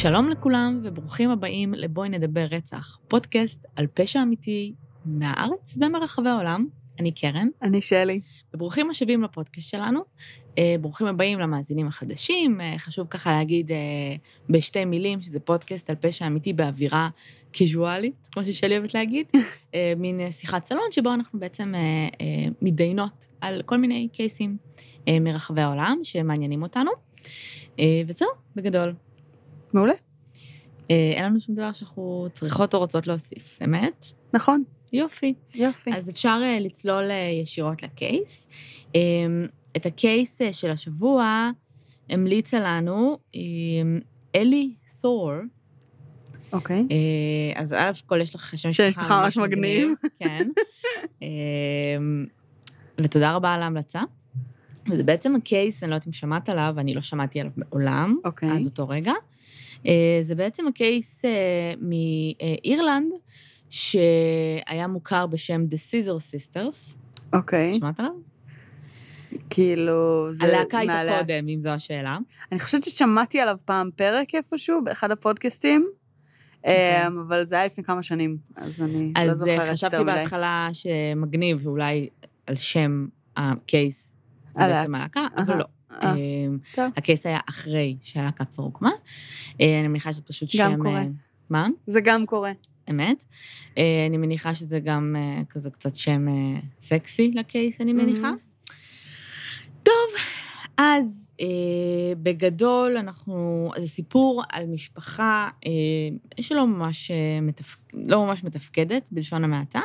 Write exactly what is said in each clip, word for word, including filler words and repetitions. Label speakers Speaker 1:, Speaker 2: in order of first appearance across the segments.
Speaker 1: שלום לכולם וברוכים הבאים לבואי נדבר רצח, פודקאסט על פשע אמיתי מהארץ ומרחבי העולם. אני קרן.
Speaker 2: אני שלי.
Speaker 1: וברוכים השבים לפודקאסט שלנו. ברוכים הבאים למאזינים החדשים. חשוב ככה להגיד בשתי מילים שזה פודקאסט על פשע אמיתי באווירה קיזואלית, כמו ששלי אוהבת להגיד, מין שיחת סלון שבו אנחנו בעצם מתדיינות על כל מיני קייסים מרחבי העולם שמעניינים אותנו. וזהו, בגדול.
Speaker 2: מעולה.
Speaker 1: אין לנו שום דבר שאנחנו צריכות או רוצות להוסיף, אמת?
Speaker 2: נכון.
Speaker 1: יופי.
Speaker 2: יופי.
Speaker 1: אז אפשר לצלול ישירות לקייס. את הקייס של השבוע המליצה לנו אלי תור.
Speaker 2: אוקיי.
Speaker 1: אז א' כל יש לך שם
Speaker 2: משפחה ממש מגניב.
Speaker 1: כן. ותודה רבה על ההמלצה. וזה בעצם הקייס, אני לא יודעת אם שמעת עליו, ואני לא שמעתי עליו מעולם,
Speaker 2: אוקיי.
Speaker 1: עד אותו רגע. זה בעצם הקייס מאירלנד, שהיה מוכר בשם The Scissor Sisters.
Speaker 2: אוקיי.
Speaker 1: שמעת עליו?
Speaker 2: כאילו, זה...
Speaker 1: הלהקה הייתה קודם, אם זו השאלה.
Speaker 2: אני חושבת ששמעתי עליו פעם פרק איפשהו, באחד הפודקאסטים, אבל זה היה לפני כמה שנים, אז אני לא זוכרת יותר מדי.
Speaker 1: אז חשבתי בהתחלה שמגניב, ואולי על שם הקייס, זה בעצם הלהקה, אבל לא. הקייס היה אחרי שהלהקה כבר הוקמה. אני מניחה שזה פשוט שם...
Speaker 2: גם קורה.
Speaker 1: מה?
Speaker 2: זה גם קורה.
Speaker 1: אמת. אני מניחה שזה גם כזה קצת שם סקסי לקייס, אני מניחה. טוב, אז בגדול אנחנו... זה סיפור על משפחה שלא ממש לא ממש מתפקדת, בלשון המעטה.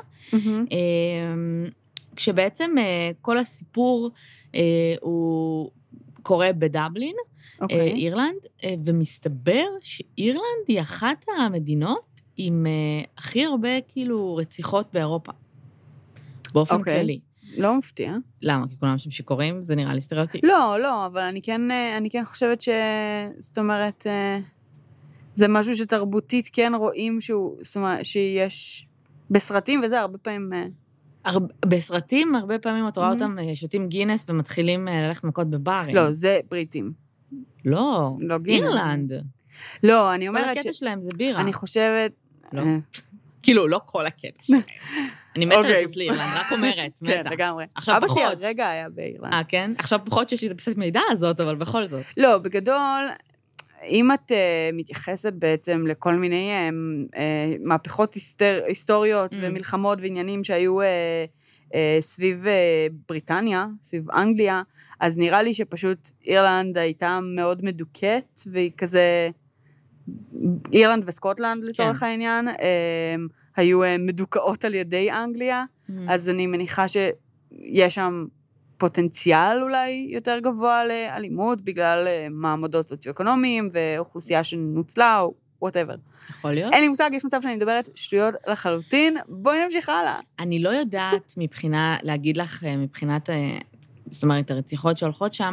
Speaker 1: כשבעצם כל הסיפור הוא קורה בדבלין, okay. אירלנד, ומסתבר שאירלנד היא אחת המדינות עם הכי הרבה כאילו רציחות באירופה, באופן okay. כללי.
Speaker 2: לא מפתיע.
Speaker 1: למה? כי כולם שם שקוראים, זה נראה לי סטריאוטיפ.
Speaker 2: לא, לא, אבל אני כן, אני כן חושבת ש... זאת אומרת, זה משהו שתרבותית כן רואים שהוא, זאת אומרת, שיש בסרטים וזה הרבה פעמים...
Speaker 1: בסרטים, הרבה פעמים את רואה אותם שותים גינס ומתחילים ללכת מכות בברים.
Speaker 2: לא, זה בריטים.
Speaker 1: לא, אירלנד.
Speaker 2: לא, אני אומרת...
Speaker 1: כל הקטע שלהם זה בירה.
Speaker 2: אני חושבת...
Speaker 1: לא. כאילו, לא כל הקטע שלהם. אני מתה לטוס לאירלנד, רק אומרת, מתה.
Speaker 2: כן, לגמרי.
Speaker 1: עכשיו פחות.
Speaker 2: אבא שלי הרגע היה באירלנד.
Speaker 1: אה, כן? עכשיו פחות שיש לי את הפסק מידע הזאת, אבל בכל זאת.
Speaker 2: לא, בגדול... אם את uh, מתייחסת בעצם לכל מיני uh, uh, מהפכות היסטר, היסטוריות mm. ומלחמות ועניינים שהיו uh, uh, סביב uh, בריטניה, סביב אנגליה, אז נראה לי שפשוט אירלנד הייתה מאוד מדוכאת, והיא כזה, אירלנד וסקוטלנד לצורך כן. העניין, uh, היו uh, מדוכאות על ידי אנגליה, mm. אז אני מניחה שיש שם... פוטנציאל אולי יותר גבוה לאלימות, בגלל מעמדות סוציו-אקונומיים, ואוכלוסייה שנוצלה, או whatever.
Speaker 1: יכול להיות?
Speaker 2: אין לי מושג, יש מצב שאני מדברת שטויות לחלוטין, בואי נמשיך הלאה.
Speaker 1: אני לא יודעת מבחינה, להגיד לך, מבחינת, זאת אומרת, הרציחות שהולכות שם,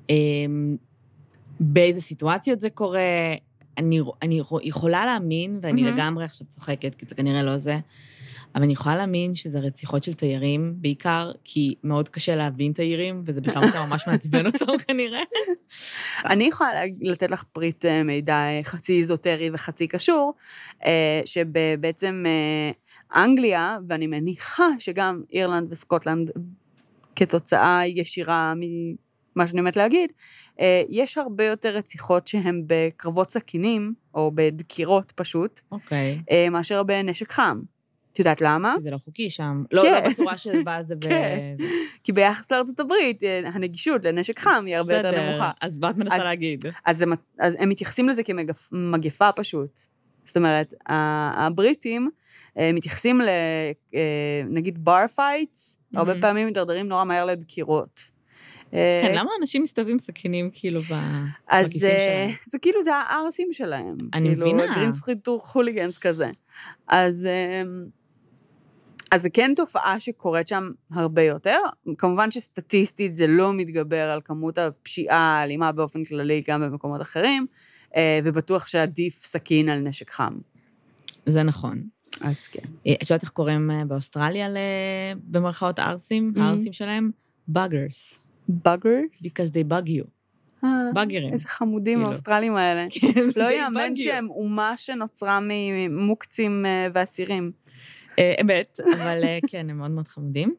Speaker 1: באיזה סיטואציות זה קורה, אני, אני יכולה להאמין, ואני mm-hmm. לגמרי עכשיו צוחקת, כי זה כנראה לא זה, אבל אני יכולה להאמין שזה רציחות של תיירים, בעיקר כי מאוד קשה להבין תיירים, וזה בכלל עושה ממש מעצבן אותם כנראה.
Speaker 2: אני יכולה לתת לך פריט מידע חצי איזוטרי וחצי קשור, שבעצם אנגליה, ואני מניחה שגם אירלנד וסקוטלנד, כתוצאה ישירה ממה שאני אומרת להגיד, יש הרבה יותר רציחות שהן בקרבות סכינים, או בדקירות פשוט,
Speaker 1: אוקיי.
Speaker 2: מאשר בנשק חם. את יודעת למה?
Speaker 1: כי זה לא חוקי שם. לא, לא בצורה של בא זה ב...
Speaker 2: כי ביחס לארצות הברית, הנגישות לנשק חם היא הרבה יותר נמוכה.
Speaker 1: אז מה את מנסה להגיד?
Speaker 2: אז הם מתייחסים לזה כמגפה פשוט. זאת אומרת, הבריטים מתייחסים נגיד בר פייטס, הרבה פעמים מדרדרים נורא מהר לדקירות.
Speaker 1: כן, למה אנשים מסתובבים סכינים כאילו בכיסים שלהם?
Speaker 2: אז זה כאילו, זה הארסים שלהם.
Speaker 1: אני מבינה.
Speaker 2: כאילו, גרינסטריט חוליגנס כזה. אז... אז זה כן תופעה שקורית שם הרבה יותר, כמובן שסטטיסטית זה לא מתגבר על כמות הפשיעה, האלימה באופן כללי גם במקומות אחרים, ובטוח שעדיף סכין על נשק חם.
Speaker 1: זה נכון.
Speaker 2: אז כן.
Speaker 1: את יודעת איך קוראים באוסטרליה במרכאות הארסים, הארסים שלהם? Buggers.
Speaker 2: Buggers?
Speaker 1: Because they bug you. בגרים.
Speaker 2: איזה חמודים האוסטרלים האלה. לא יאמן שהם אומה שנוצרה ממוקצים ואסירים.
Speaker 1: אמת, אבל כן, הם מאוד מאוד חמודים.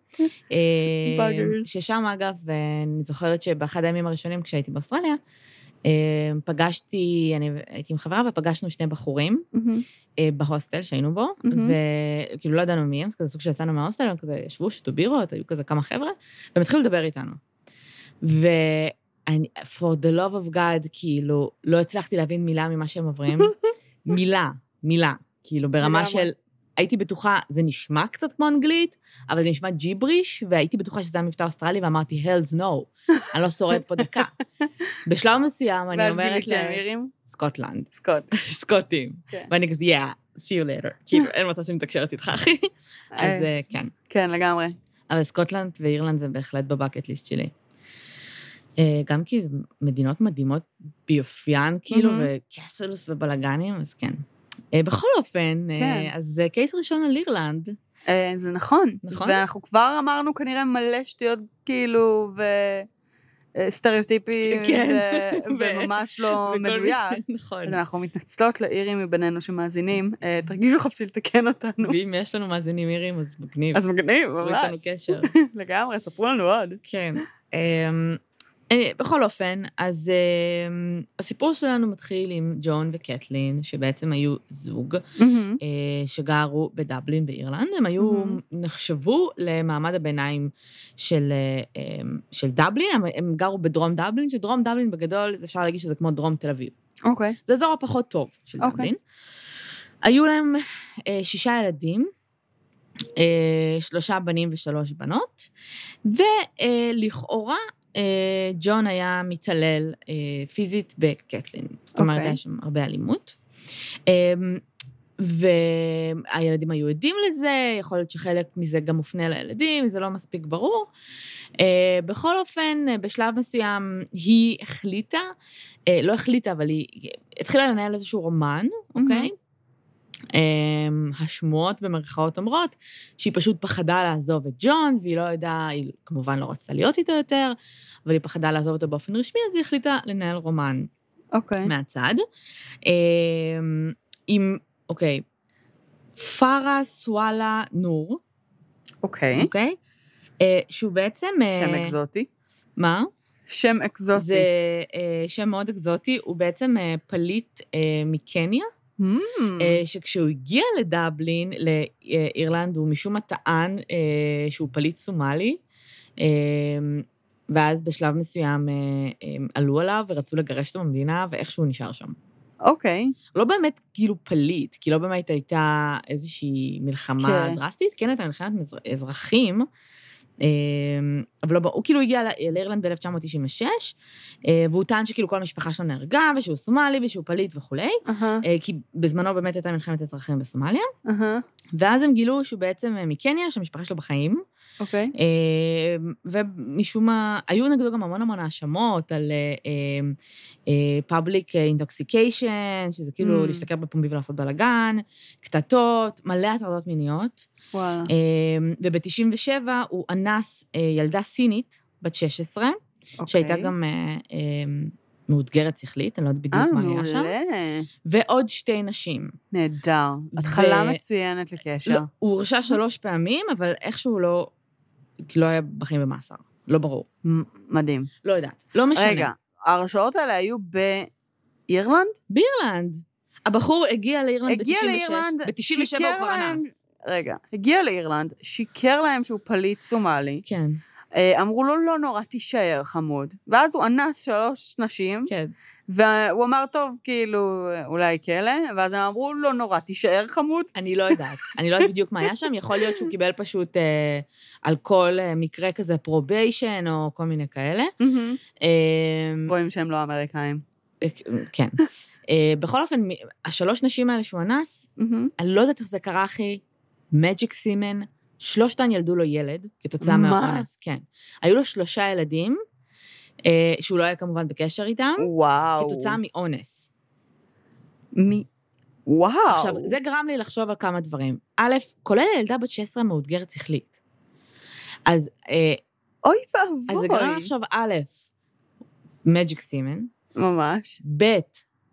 Speaker 1: ששם, אגב, אני זוכרת שבאחד הימים הראשונים, כשהייתי באוסטרליה, פגשתי, אני הייתי עם חברה, ופגשנו שני בחורים בהוסטל שהיינו בו, וכאילו לא ידענו מי הם, זה כזה סוג שיצאנו מההוסטל, הם כזה ישבו, שתו בירות, היו כזה כמה חבר'ה, והם התחילו לדבר איתנו. ואני, for the love of God, כאילו, לא הצלחתי להבין מילה ממה שהם עוברים. מילה, מילה, כאילו, ברמה של... הייתי בטוחה, זה נשמע קצת כמו אנגלית, אבל זה נשמע ג'יבריש, והייתי בטוחה שזה המבטא האוסטרלי, ואמרתי, hell's no, אני לא שורד פה דקה. בשלב מסוים, אני אומרת...
Speaker 2: ואז גילית שהם אירים?
Speaker 1: סקוטלנד.
Speaker 2: סקוט.
Speaker 1: סקוטים. ואני כזה, yeah, see you later. כאילו, אין מצב שאני מתקשרת איתך, אחי. אז כן.
Speaker 2: כן, לגמרי.
Speaker 1: אבל סקוטלנד ואירלנד זה בהחלט בבקט ליסט שלי. גם כי זה מדינות מדהימות ביופיין, כאילו, וקסלס ובלגנים, אז כן. בכל אופן, אז זה קייס ראשון על אירלנד.
Speaker 2: זה נכון. נכון. ואנחנו כבר אמרנו כנראה מלא שטויות, כאילו, וסטריאוטיפים, וממש לא מדויק. נכון. אז אנחנו מתנצלות לאירים מבינינו שמאזינים. תרגישו חופשי לתקן אותנו.
Speaker 1: ואם יש לנו מאזינים אירים, אז מגניב.
Speaker 2: אז מגניב, ממש.
Speaker 1: ספרו איתנו קשר.
Speaker 2: לגמרי, ספרו לנו עוד.
Speaker 1: כן. בכל אופן, אז uh, הסיפור שלנו מתחיל עם ג'ון וקטלין, שבעצם היו זוג, mm-hmm. uh, שגרו בדבלין באירלנד. הם היו, mm-hmm. נחשבו למעמד הביניים של, uh, של דבלין, הם, הם גרו בדרום דבלין, שדרום דבלין בגדול, אפשר להגיד שזה כמו דרום תל אביב.
Speaker 2: אוקיי. Okay.
Speaker 1: זה אזור הפחות טוב של okay. דבלין. היו להם uh, שישה ילדים, uh, שלושה בנים ושלוש בנות, ולכאורה, uh, ג'ון היה מתעלל פיזית בקטלין. זאת אומרת, היה שם הרבה אלימות. והילדים היו עדים לזה, יכול להיות שחלק מזה גם מופנה לילדים, זה לא מספיק ברור. בכל אופן, בשלב מסוים היא החליטה, לא החליטה, אבל היא התחילה לנהל איזשהו רומן, אוקיי? השמועות במרכאות אומרות שהיא פשוט פחדה לעזוב את ג'ון, והיא לא ידעה, היא כמובן לא רצתה להיות איתו יותר, אבל היא פחדה לעזוב אותו באופן רשמי, אז היא החליטה לנהל רומן
Speaker 2: okay.
Speaker 1: מהצד. עם, אוקיי, פארס וואלה נור.
Speaker 2: אוקיי.
Speaker 1: אוקיי? שהוא בעצם...
Speaker 2: שם אקזוטי.
Speaker 1: מה?
Speaker 2: שם אקזוטי.
Speaker 1: זה שם מאוד אקזוטי, הוא בעצם פליט מקניה, Mm. שכשהוא הגיע לדבלין, לאירלנד, הוא משום מה טען שהוא פליט סומלי, ואז בשלב מסוים עלו עליו ורצו לגרש אותו במדינה, ואיכשהו נשאר שם.
Speaker 2: אוקיי. Okay.
Speaker 1: לא באמת כאילו פליט, כי לא באמת הייתה איזושהי מלחמה okay. דרסטית, כן הייתה מלחמת אזרחים, אבל לא, הוא כאילו הגיע לאירלנד ב-אלף תשע מאות תשעים ושש, והוא טען שכאילו כל המשפחה שלו נהרגה, ושהוא סומלי, ושהוא פליט וכולי, כי בזמנו באמת הייתה מלחמת אזרחים בסומליה, ואז הם גילו שהוא בעצם מקניה, שהמשפחה שלו בחיים,
Speaker 2: אוקיי.
Speaker 1: ומשום מה, היו נגדו גם המון המון האשמות על public intoxication, שזה כאילו להשתכר בפומבי ולעשות בלגן, קטטות, מלא הטרדות מיניות.
Speaker 2: וואלה.
Speaker 1: וב-תשעים ושבע הוא אנס ילדה סינית, בת שש עשרה, שהייתה גם מאותגרת שכלית, אני לא יודעת בדיוק מה היה שם. ועוד שתי נשים.
Speaker 2: נהדר. התחלה מצוינת לקשר.
Speaker 1: הוא הורשע שלוש פעמים, אבל איכשהו לא... כי לא היה בחיים במאסר, לא ברור.
Speaker 2: מדהים.
Speaker 1: לא יודעת, לא משנה.
Speaker 2: רגע, הרשעות האלה היו באירלנד?
Speaker 1: באירלנד. הבחור הגיע לאירלנד ב-תשעים ושש, ב-תשעים ושבע הוא כבר אנס.
Speaker 2: רגע, הגיע לאירלנד, שיקר להם שהוא פליט סומלי.
Speaker 1: כן.
Speaker 2: אמרו לו, לא נורא, תישאר חמוד. ואז הוא אנס שלוש נשים.
Speaker 1: כן.
Speaker 2: והוא אמר, טוב, כאילו, אולי כאלה, ואז הם אמרו, לא נורא, תישאר חמוד.
Speaker 1: אני לא יודעת. אני לא יודעת בדיוק מה היה שם. יכול להיות שהוא קיבל פשוט אה, על כל אה, מקרה כזה פרוביישן, או כל מיני כאלה.
Speaker 2: Mm-hmm. אה, רואים שהם לא אמריקאים.
Speaker 1: אה, כן. אה, בכל אופן, השלוש נשים האלה שהוא אנס, mm-hmm. אני לא יודעת איך זה קרה, אחי, מג'יק סימן, שלושתן ילדו לו ילד, כתוצאה מהאונס. כן. היו לו שלושה ילדים, שהוא לא היה כמובן בקשר איתם,
Speaker 2: וואו.
Speaker 1: כתוצאה מאונס.
Speaker 2: מ... וואו.
Speaker 1: עכשיו, זה גרם לי לחשוב על כמה דברים. א', כולל ילדה בת שש עשרה מאותגרת שכלית. אז...
Speaker 2: אוי ואבוי.
Speaker 1: אז זה גרם לחשוב, א', מג'יק סימן.
Speaker 2: ממש.
Speaker 1: ב'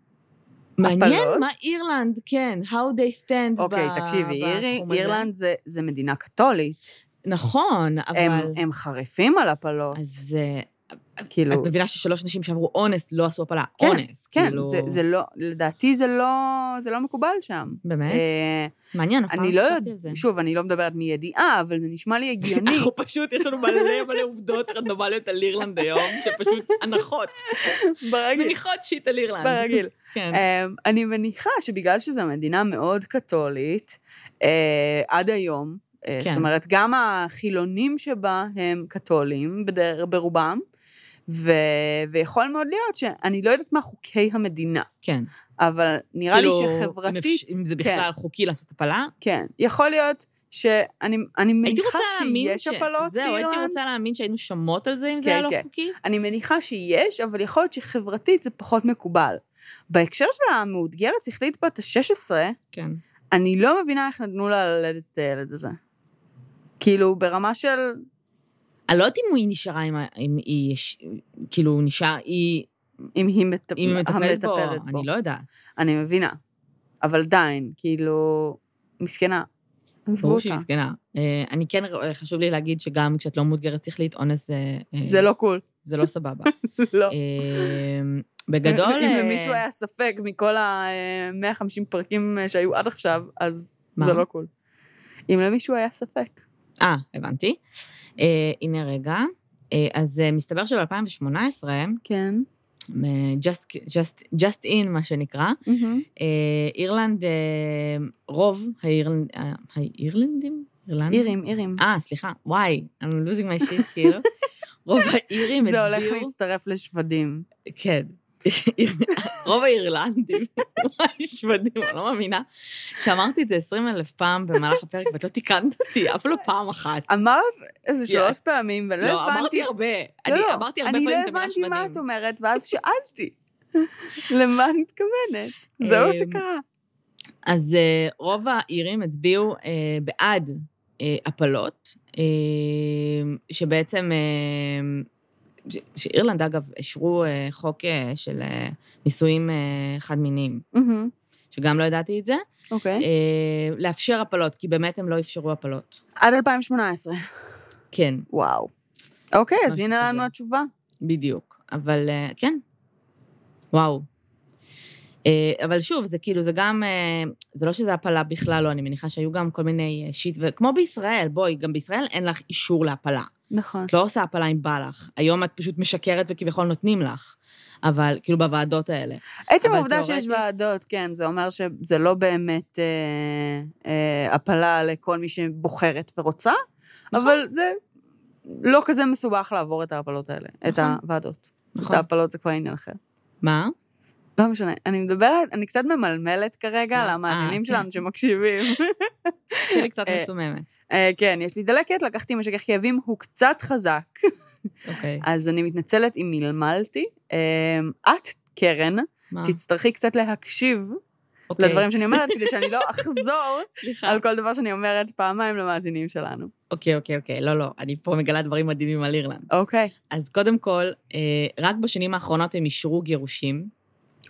Speaker 1: מעניין
Speaker 2: הפלות?
Speaker 1: מה אירלנד, כן, how they stand
Speaker 2: אוקיי,
Speaker 1: ב-
Speaker 2: תקשיבי,
Speaker 1: בתחום הזה.
Speaker 2: אירלנד זה, זה מדינה קתולית.
Speaker 1: נכון, אבל...
Speaker 2: הם, הם חריפים על הפלות.
Speaker 1: אז אה,
Speaker 2: כאילו...
Speaker 1: את מבינה ששלוש נשים שעברו אונס לא עשו הפלה,
Speaker 2: כן,
Speaker 1: אונס,
Speaker 2: כן,
Speaker 1: כאילו...
Speaker 2: זה, זה לא, לדעתי זה לא, זה לא מקובל שם.
Speaker 1: באמת?
Speaker 2: אה,
Speaker 1: מעניין, אף פעם
Speaker 2: אני
Speaker 1: לא
Speaker 2: לא
Speaker 1: חשבתי
Speaker 2: יודע,
Speaker 1: על זה.
Speaker 2: שוב, אני לא מדברת מידיעה, אבל זה נשמע לי הגיוני.
Speaker 1: אנחנו פשוט, יש לנו מלא מלא עובדות רנדומליות על אירלנד היום, שפשוט הנחות.
Speaker 2: ברגיל.
Speaker 1: מניחות שיט על אירלנד.
Speaker 2: ברגיל.
Speaker 1: כן.
Speaker 2: Um, אני מניחה שבגלל שזו מדינה מאוד קתולית, uh, עד היום, uh,
Speaker 1: כן.
Speaker 2: זאת אומרת, גם החילונים שבה הם קתולים בדר, ברובם, ו, ויכול מאוד להיות שאני לא יודעת מה חוקי המדינה,
Speaker 1: כן.
Speaker 2: אבל נראה לי שחברתית...
Speaker 1: אם זה בכלל חוקי לעשות הפלה?
Speaker 2: כן, יכול להיות שאני אני מניחה שיש הפלות
Speaker 1: זהו,
Speaker 2: באירלנד.
Speaker 1: הייתי רוצה להאמין שהיינו שמות על זה, אם זה היה לא חוקי.
Speaker 2: אני מניחה שיש, אבל יכול להיות שחברתית זה פחות מקובל. בהקשר של המאותגרת שכלית בת ה-שש עשרה,
Speaker 1: כן.
Speaker 2: אני לא מבינה איך נתנו לה ללדת את הילד הזה. כאילו, ברמה של...
Speaker 1: אני לא יודעת אם היא נשארה, אם היא, כאילו, נשארה, היא...
Speaker 2: אם היא מטפ...
Speaker 1: אם היא מטפלת בו,
Speaker 2: בו.
Speaker 1: אני לא יודעת.
Speaker 2: אני מבינה. אבל דיין, כאילו, מסכנה. עזבו
Speaker 1: ברור
Speaker 2: אותה.
Speaker 1: שהיא מסכנה. אני כן, חשוב לי להגיד שגם כשאת לא מאותגרת שכלית, אונס זה...
Speaker 2: זה לא קול.
Speaker 1: זה לא סבבה.
Speaker 2: לא.
Speaker 1: בגדול...
Speaker 2: אם למישהו היה ספק מכל ה-מאה וחמישים פרקים שהיו עד עכשיו, אז זה לא קול. אם למישהו היה ספק.
Speaker 1: אה, הבנתי. הנה רגע. אז מסתבר שב-אלפיים שמונה עשרה,
Speaker 2: כן.
Speaker 1: just, just, just in, מה שנקרא, אירלנד, רוב האירלנדים?
Speaker 2: אירים, אירים.
Speaker 1: אה, סליחה, וואי, I'm losing my shit, כאילו. רוב האירים הצביעו...
Speaker 2: זה הולך להצטרף לשבדים.
Speaker 1: כן. רוב האירלנדים, וואי, שבדים, אני לא מאמינה, שאמרתי את זה עשרים אלף פעם במהלך הפרק, ואת לא תיקנת אותי, אף לא פעם אחת.
Speaker 2: אמרת איזה שלוש פעמים, ואני לא הבנתי...
Speaker 1: לא, אמרתי הרבה. אני אמרתי הרבה פעמים את המילה שבדים.
Speaker 2: אני לא הבנתי מה את אומרת, ואז שאלתי. למה אני מתכוונת? זה מה שקרה.
Speaker 1: אז רוב האירים הצביעו בעד הפלות, שבעצם... שאירלנד, אגב, אשרו חוק של נישואים חד-מיניים, שגם לא ידעתי את זה.
Speaker 2: אוקיי.
Speaker 1: לאפשר הפלות, כי באמת הם לא אפשרו הפלות.
Speaker 2: עד אלפיים שמונה עשרה.
Speaker 1: כן.
Speaker 2: וואו. אוקיי, אז הנה לנו התשובה.
Speaker 1: בדיוק. אבל כן. וואו. אבל שוב, זה כאילו, זה גם, זה לא שזה הפלה בכלל, לא, אני מניחה שהיו גם כל מיני שיט, וכמו בישראל, בואי, גם בישראל אין לך אישור להפלה.
Speaker 2: נכון.
Speaker 1: את לא עושה הפלה אם בא לך. היום את פשוט משקרת וכביכול נותנים לך. אבל, כאילו, בוועדות האלה.
Speaker 2: עצם העובדה שיש ועדות, כן, זה אומר שזה לא באמת אה, אה, הפלה לכל מי שבוחרת ורוצה, נכון. אבל זה לא כזה מסובך לעבור את ההפלות האלה, נכון. את הוועדות. נכון. את ההפלות זה כבר עניין אחר.
Speaker 1: מה?
Speaker 2: לא משנה. אני מדברת, אני קצת ממלמלת כרגע למאזינים שלנו שמקשיבים.
Speaker 1: שלי קצת מסוממת.
Speaker 2: כן, יש לי דלקת, לקחתי משכך כאבים, הוא קצת חזק.
Speaker 1: אוקיי.
Speaker 2: אז אני מתנצלת אם מלמלתי. את, קרן, תצטרכי קצת להקשיב לדברים שאני אומרת, כדי שאני לא אחזור על כל דבר שאני אומרת פעמיים למאזינים שלנו.
Speaker 1: אוקיי, אוקיי, אוקיי. לא, לא, אני פה מגלה דברים מדהימים על אירלנד.
Speaker 2: אוקיי.
Speaker 1: אז קודם כל, רק בשנים האחרונות הם אישרו גירושים.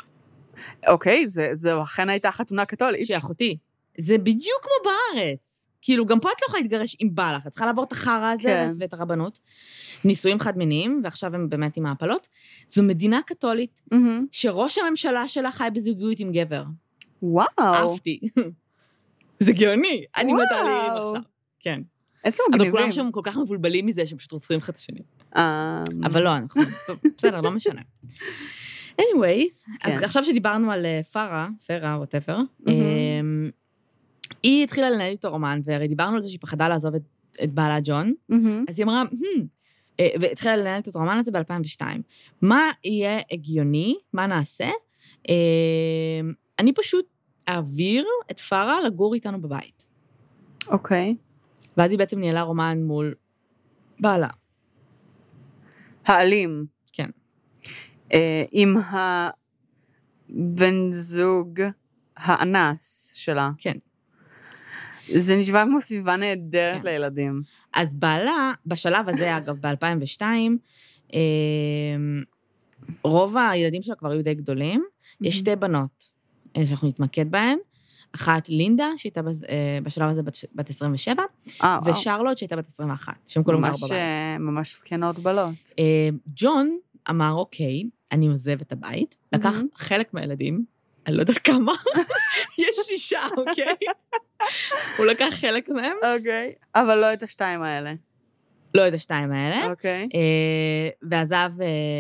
Speaker 2: אוקיי, זו אכן הייתה חתונה קתולית.
Speaker 1: שאחותי, זה בדיוק כמו בארץ. כאילו, גם פה את לא יכולה להתגרש עם בא לך, את צריכה לעבור את החרא הזה ואת הרבנות. נישואים חד-מיניים, ועכשיו הם באמת עם ההפלות. זו מדינה קתולית, שראש הממשלה שלה חי בזוגיות עם גבר.
Speaker 2: וואו.
Speaker 1: אהבתי. זה גאוני. אני מתה עליהם עכשיו. כן.
Speaker 2: איזה מגניבים.
Speaker 1: אבל כולם שם כל כך מבולבלים מזה, שהם פשוט רוצחים אחד את השני. אבל לא, אנחנו... בסדר, לא משנה. anyways, אז עכשיו שדיברנו על פרה, פרה, whatever, היא התחילה לנהל איתו רומן, והרי דיברנו על זה שהיא פחדה לעזוב את בעלה ג'ון, אז היא אמרה, והתחילה לנהל את הרומן הזה ב-אלפיים ושתיים. מה יהיה הגיוני? מה נעשה? אני פשוט אעביר את פרה לגור איתנו בבית.
Speaker 2: אוקיי.
Speaker 1: ואז היא בעצם ניהלה רומן מול בעלה.
Speaker 2: האלים.
Speaker 1: כן.
Speaker 2: עם הבן זוג האנס שלה.
Speaker 1: כן.
Speaker 2: זה נשמע כמו סביבה נהדרת כן. לילדים.
Speaker 1: אז בעלה, בשלב הזה, אגב, ב-אלפיים ושתיים, רוב הילדים שלה כבר היו די גדולים, יש שתי בנות שאנחנו נתמקד בהן, אחת לינדה, שהייתה בשלב הזה בת עשרים ושבע, ושרלוט שהייתה בת עשרים ואחת, שהם כולם גר בבית.
Speaker 2: ממש זקנות בלות.
Speaker 1: ג'ון אמר, אוקיי, אני עוזב את הבית, לקח חלק מהילדים, אני לא יודעת כמה, יש שישה, אוקיי? הוא לקח חלק מהם.
Speaker 2: אוקיי, אבל לא את השתיים האלה.
Speaker 1: לא את השתיים האלה.
Speaker 2: אוקיי.
Speaker 1: ועזב,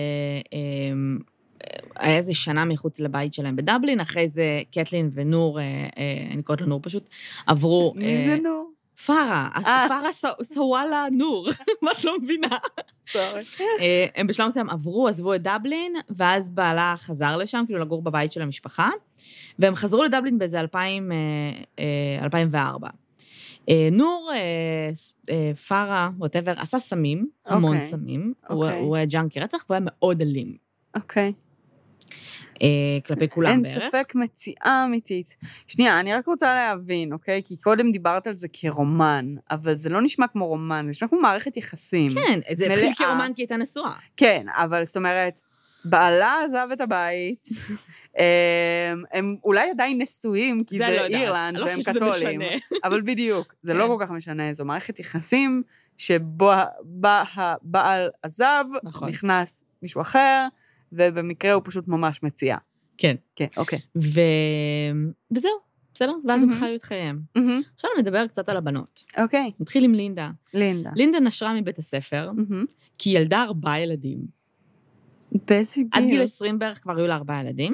Speaker 1: היה איזה שנה מחוץ לבית שלהם בדבלין, אחרי זה קטלין ונור, אני קוראת לנור פשוט, עברו...
Speaker 2: מי זה נור?
Speaker 1: פארה, פארה סוואלה נור, מה את לא מבינה?
Speaker 2: סורי.
Speaker 1: הם בשלב מסוים עברו, עזבו את דבלין, ואז בעלה חזר לשם, כאילו לגור בבית של המשפחה, והם חזרו לדבלין באיזה אלפיים וארבע. נור, פארה, whatever, עשה סמים, המון סמים, הוא היה ג'אנקי רצח, והוא היה מאוד אלים.
Speaker 2: אוקיי.
Speaker 1: כלפי כולם
Speaker 2: אין
Speaker 1: בערך.
Speaker 2: אין ספק מציאה אמיתית. שנייה, אני רק רוצה להבין, אוקיי? כי קודם דיברת על זה כרומן, אבל זה לא נשמע כמו רומן, זה נשמע כמו מערכת יחסים.
Speaker 1: כן, זה התחיל כרומן כי הייתה נשואה.
Speaker 2: כן, אבל זאת אומרת, בעלה עזב את הבית, הם אולי עדיין נשואים, כי זה אירלנד והם קתולים. אבל בדיוק, זה לא כל כך משנה, זו מערכת יחסים שבה הבעל עזב, נכנס מישהו אחר, ובמקרה הוא פשוט ממש מציע.
Speaker 1: כן.
Speaker 2: כן, אוקיי.
Speaker 1: וזהו, בסדר? ואז הם חיו את חייהם. עכשיו נדבר קצת על הבנות.
Speaker 2: אוקיי.
Speaker 1: נתחיל עם לינדה.
Speaker 2: לינדה.
Speaker 1: לינדה נשרה מבית הספר, כי היא ילדה ארבעה ילדים.
Speaker 2: באיזה גיל?
Speaker 1: עד גיל עשרים בערך כבר היו לה ארבעה ילדים.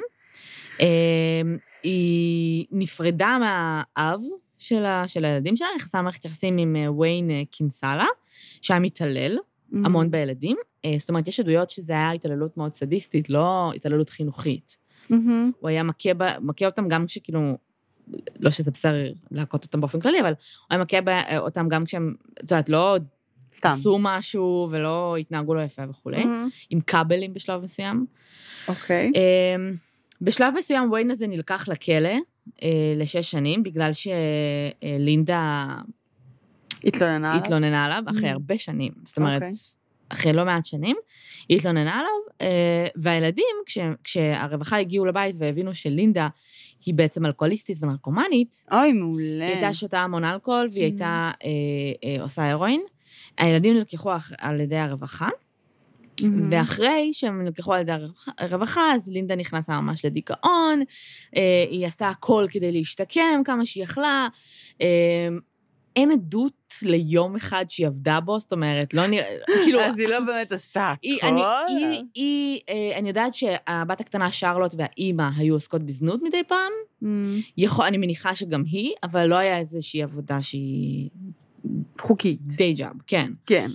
Speaker 1: היא נפרדה מהאב של הילדים שלה, נכנסה למערכת יחסים עם וויין קינסלה, שהיה מתעלל המון בילדים. זאת אומרת, יש עדויות שזה היה התעללות מאוד סדיסטית, לא התעללות חינוכית. הוא היה מכה אותם גם כשכאילו, לא שזה בסדר להכות אותם באופן כללי, אבל הוא היה מכה אותם גם כשהם, את יודעת, לא עשו משהו ולא התנהגו לו יפה וכו', עם כבלים בשלב מסוים.
Speaker 2: אוקיי.
Speaker 1: בשלב מסוים וויין הזה נלקח לכלא לשש שנים, בגלל שלינדה התלוננה עליו, אחרי הרבה שנים. זאת אומרת, אחרי לא מעט שנים, היא התלוננה עליו, והילדים, כשהרווחה הגיעו לבית והבינו שלינדה היא בעצם אלכוהוליסטית ונרקומנית,
Speaker 2: אוי, מעולה.
Speaker 1: היא הייתה שותה המון אלכוהול, והיא הייתה עושה הרואין. הילדים נלקחו על ידי הרווחה, ואחרי שהם נלקחו על ידי הרווחה, אז לינדה נכנסה ממש לדיכאון, היא עשתה הכל כדי להשתקם כמה שהיא יכלה, אין עדות ליום אחד שהיא עבדה בו, זאת אומרת, לא נראה, כאילו...
Speaker 2: אז היא לא באמת עשתה הכל?
Speaker 1: היא, היא, אני יודעת שהבת הקטנה שרלוט והאימא היו עוסקות בזנות מדי פעם, אני מניחה שגם היא, אבל לא היה איזושהי עבודה שהיא...
Speaker 2: חוקית.
Speaker 1: די ג'אב, כן.
Speaker 2: כן.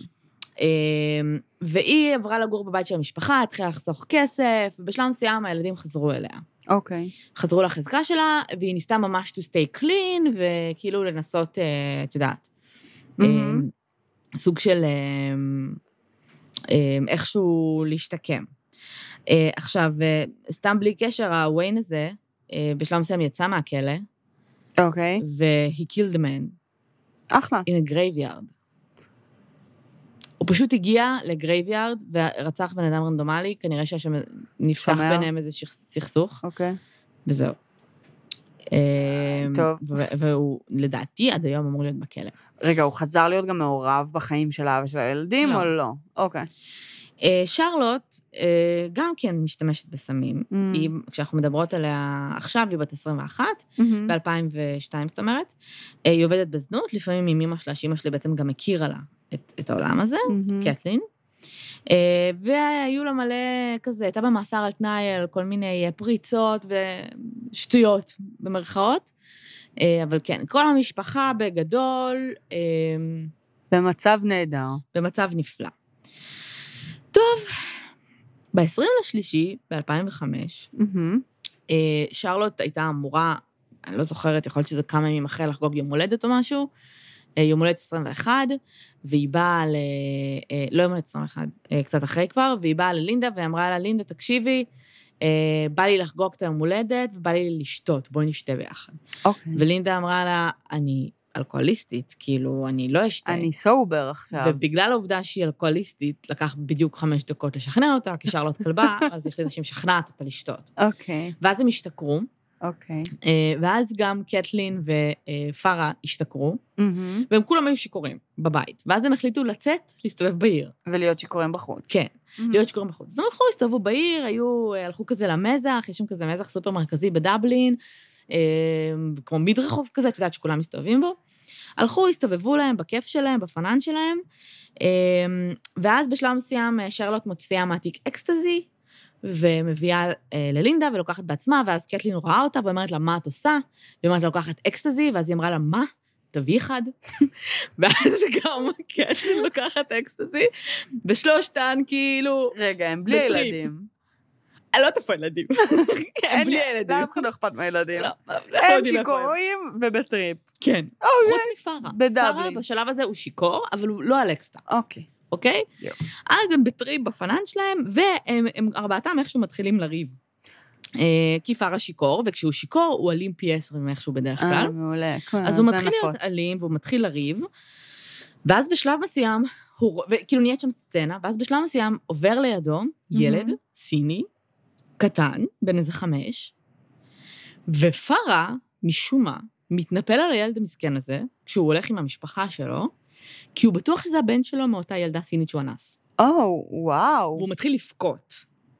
Speaker 1: והיא עברה לגור בבית של המשפחה, התחילה לחסוך כסף, ובשלב מסוים הילדים חזרו אליה.
Speaker 2: אוקיי.
Speaker 1: חזרו לחזקה שלה, והיא ניסתה ממש to stay clean, וכאילו לנסות, את יודעת, סוג של איכשהו להשתקם. עכשיו, סתם בלי קשר, הוויין הזה, בשלב מסוים יצא מהכלא,
Speaker 2: אוקיי.
Speaker 1: והיא killed the man.
Speaker 2: אחלה.
Speaker 1: in a graveyard. הוא פשוט הגיע לגרייביארד, ורצח בן אדם רנדומלי, כנראה שהשם נפתח ביניהם איזה סכסוך.
Speaker 2: אוקיי.
Speaker 1: וזהו.
Speaker 2: טוב.
Speaker 1: והוא, לדעתי, עד היום אמור להיות בכלא.
Speaker 2: רגע, הוא חזר להיות גם מעורב בחיים של האבא של הילדים, או לא? אוקיי.
Speaker 1: שרלוט גם כן משתמשת בסמים. כשאנחנו מדברות עליה עכשיו, היא בת עשרים ואחת, ב-אלפיים ושתיים, זאת אומרת. היא עובדת בזנות, לפעמים עם אמא שלה, שאמא שלי בעצם גם הכירה לה את, את העולם הזה, קטלין. והיו לה מלא כזה, הייתה במאסר על תנאי על כל מיני פריצות ושטויות במרכאות. אבל כן, כל המשפחה בגדול...
Speaker 2: במצב נהדר.
Speaker 1: במצב נפלא. טוב, ב-עשרים לשלישי, ב-אלפיים וחמש, שרלוט הייתה אמורה, אני לא זוכרת, יכול להיות שזה כמה ימים אחרי לחגוג יום הולדת או משהו, יום הולדת עשרים ואחת, והיא באה ל... לא יום הולדת עשרים ואחת, קצת אחרי כבר, והיא באה ללינדה, ואמרה לה, לינדה, תקשיבי, בא לי לחגוג את היום הולדת, ובא לי לשתות, בואי נשתה ביחד.
Speaker 2: אוקיי.
Speaker 1: ולינדה אמרה לה, אני אלכוהוליסטית, כאילו, אני לא אשתה.
Speaker 2: אני סובר עכשיו.
Speaker 1: ובגלל העובדה שהיא אלכוהוליסטית, לקח בדיוק חמש דקות לשכנע אותה, כי שרלוט כלבה, אז היא החליטה שהיא משכנעת אותה לשתות.
Speaker 2: אוקיי.
Speaker 1: ואז הם השתכרו,
Speaker 2: אוקיי.
Speaker 1: ואז גם קטלין ופרה השתכרו, והם כולם היו שיכורים בבית. ואז הם החליטו לצאת, להסתובב בעיר.
Speaker 2: ולהיות שיכורים בחוץ.
Speaker 1: כן, להיות שיכורים בחוץ. אז הם הלכו, הסתובבו בעיר, היו, הלכו כזה למזח, יש שם כזה מזח סופר מרכזי בדבלין, כמו מדרחוב כזה, את יודעת שכולם מסתובבים בו. הלכו, הסתובבו להם בכיף שלהם, בפנן שלהם, ואז בשלב מסוים שרלוט מוציאה מהתיק אקסטזי, ומביאה ללינדה ולוקחת בעצמה, ואז קטלין רואה אותה ואומרת לה, מה את עושה? והיא אומרת לה, לוקחת אקסטזי, ואז היא אמרה לה, מה? תביא אחד. ואז גם קטלין לוקחת אקסטזי, ושלושתן כאילו...
Speaker 2: רגע, הם בלי ילדים.
Speaker 1: אני לא תפו ילדים. הם בלי ילדים.
Speaker 2: לאף אחד לא אכפת מהילדים. הם שיכורים ובטריפ.
Speaker 1: כן. חוץ מפרה.
Speaker 2: בדבלין.
Speaker 1: פרה בשלב הזה הוא שיקור, אבל הוא לא על אקסטה.
Speaker 2: אוקיי.
Speaker 1: אוקיי? אז הם בטריפ בפנן שלהם, והם ארבעתם איכשהו מתחילים לריב. כי פרה שיקור, וכשהוא שיקור, הוא אלים פי עשר מאיכשהו בדרך כלל.
Speaker 2: אה, מעולה.
Speaker 1: אז הוא מתחיל להיות אלים, והוא מתחיל לריב, ואז בשלב מסוים, וכאילו נהיית שם סצנה, ואז בשלב מסוים עובר לידו ילד סיני, קטן, בן איזה חמש, ופרה, משום מה, מתנפל על הילד המסכן הזה, כשהוא הולך עם המשפחה שלו, כי הוא בטוח שזה הבן שלו מאותה ילדה סינית שהוא אנס.
Speaker 2: או, וואו.
Speaker 1: והוא מתחיל לבכות.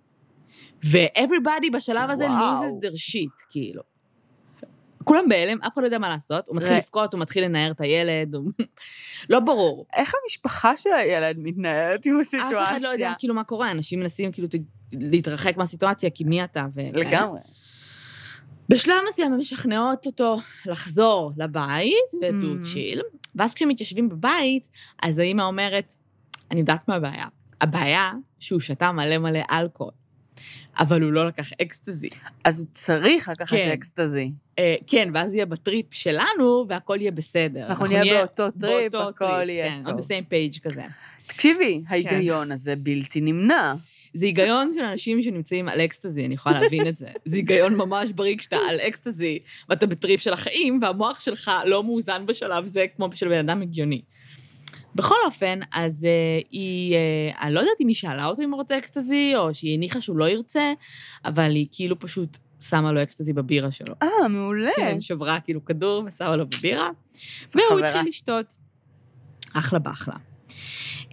Speaker 1: ו-everybody בשלב הזה loses their shit, כאילו. כולם בהלם, אף אחד לא יודע מה לעשות, הוא מתחיל לבכות, הוא מתחיל לנער את הילד, לא ברור.
Speaker 2: איך המשפחה של הילד מתנהלת עם הסיטואציה?
Speaker 1: אף אחד לא יודע כאילו מה קורה, אנשים מנסים כאילו להתרחק מהסיטואציה, כי מי אתה?
Speaker 2: לגמרי.
Speaker 1: בשלב מסוים הם משכנעות אותו לחזור לבית, ו-to chill, ואז כשהם מתיישבים בבית, אז האמא אומרת, אני יודעת מה הבעיה. הבעיה שהוא שתה מלא מלא אלכוהול, אבל הוא לא לקח אקסטזי.
Speaker 2: אז הוא צריך לקחת אקסטזי.
Speaker 1: כן, ואז הוא יהיה בטריפ שלנו, והכל יהיה בסדר.
Speaker 2: אנחנו נהיה באותו טריפ, הכל יהיה טוב.
Speaker 1: on the same page כזה.
Speaker 2: תקשיבי, ההיגיון הזה בלתי נמנע.
Speaker 1: זה היגיון של אנשים שנמצאים על אקסטזי, אני יכולה להבין את זה. זה היגיון ממש בריא כשאתה על אקסטזי, ואתה בטריפ של החיים, והמוח שלך לא מאוזן בשלב זה, כמו בשל בן אדם הגיוני. בכל אופן, אז uh, היא, uh, אני לא יודעת אם היא שאלה אותו אם הוא רוצה אקסטזי, או שהיא הניחה שהוא לא ירצה, אבל היא כאילו פשוט שמה לו אקסטזי בבירה שלו.
Speaker 2: אה, מעולה.
Speaker 1: כן, שברה כאילו כדור ושמה לו בבירה, והוא התחיל לשתות. אחלה באחלה. Um,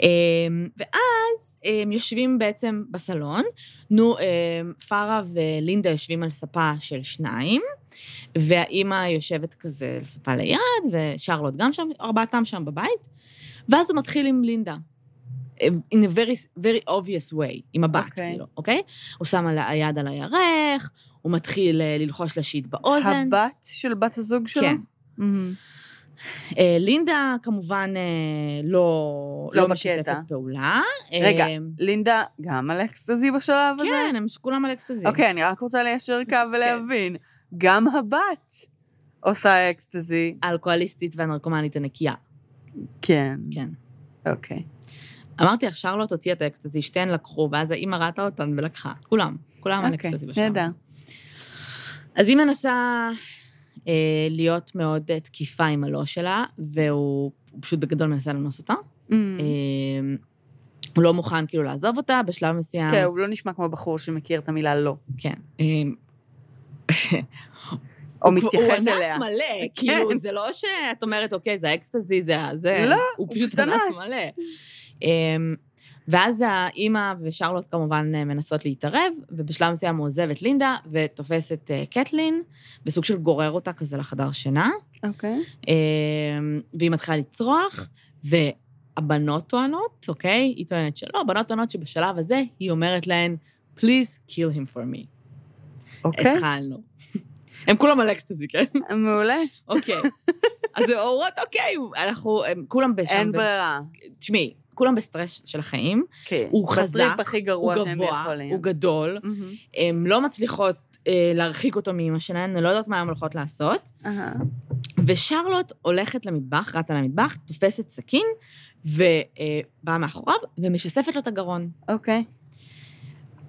Speaker 1: ואז הם יושבים בעצם בסלון, נו, um, פרה ולינדה יושבים על ספה של שניים, והאימא יושבת כזה על ספה ליד, ושרלוט גם שם, ארבעתם שם בבית, ואז הוא מתחיל עם לינדה, in a very, very obvious way, עם הבת, okay. כאילו, אוקיי? הוא שם על היד על הירך, הוא מתחיל ללחוש לשיט באוזן.
Speaker 2: הבת של בת הזוג שלו?
Speaker 1: כן. Mm-hmm. לינדה כמובן לא, לא, לא משתפת פעולה.
Speaker 2: רגע, לינדה גם על אקסטזי בשלב הזה?
Speaker 1: כן, הם כולם על אקסטזי.
Speaker 2: אוקיי, אני רק רוצה ליישר קו ולהבין. גם הבת עושה אקסטזי.
Speaker 1: האלכוהוליסטית והנרקומנית הנקייה.
Speaker 2: כן.
Speaker 1: כן.
Speaker 2: אוקיי.
Speaker 1: אמרתי, שרלוט הוציאה את האקסטזי, שתיהן לקחו, ואז האמא ראתה אותן ולקחה. כולם, כולם על אקסטזי בשלב.
Speaker 2: נדע.
Speaker 1: אז היא מנסה אה, להיות מאוד תקיפה עם הלא שלה, והוא פשוט בגדול מנסה לנוס אותה. Mm. אה, הוא לא מוכן כאילו לעזוב אותה, בשלב מסוים...
Speaker 2: כן, הוא לא נשמע כמו בחור שמכיר את המילה לא.
Speaker 1: כן.
Speaker 2: או מתייחס אליה.
Speaker 1: הוא אנס מלא, כאילו, זה לא שאת אומרת, אוקיי, זה האקסטזי, זה...
Speaker 2: לא,
Speaker 1: הוא פשוט אנס מלא. ואז האמא ושרלוט כמובן מנסות להתערב, ובשלב מסוים הוא עוזב את לינדה, ותופס את קטלין, בסוג של גורר אותה כזה לחדר שינה.
Speaker 2: אוקיי.
Speaker 1: והיא מתחילה לצרוח, והבנות טוענות, אוקיי? היא טוענת שלא, הבנות טוענות שבשלב הזה היא אומרת להן, please kill him for me.
Speaker 2: אוקיי.
Speaker 1: התחלנו. הם כולם על אקסטזי, כן?
Speaker 2: מעולה.
Speaker 1: אוקיי. אז הם אומרות, אוקיי, אנחנו, כולם בשם...
Speaker 2: אין ברירה.
Speaker 1: תשמעי, כולם בסטרס של החיים.
Speaker 2: כן.
Speaker 1: הוא חזק, הוא
Speaker 2: גבוה,
Speaker 1: הוא גדול. הם לא מצליחות להרחיק אותו מאמא שלהן, לא יודעות מה הן הולכות לעשות. ושרלוט הולכת למטבח, רצה למטבח, תופסת סכין, ובאה מאחוריו, ומשספת לו את הגרון.
Speaker 2: אוקיי.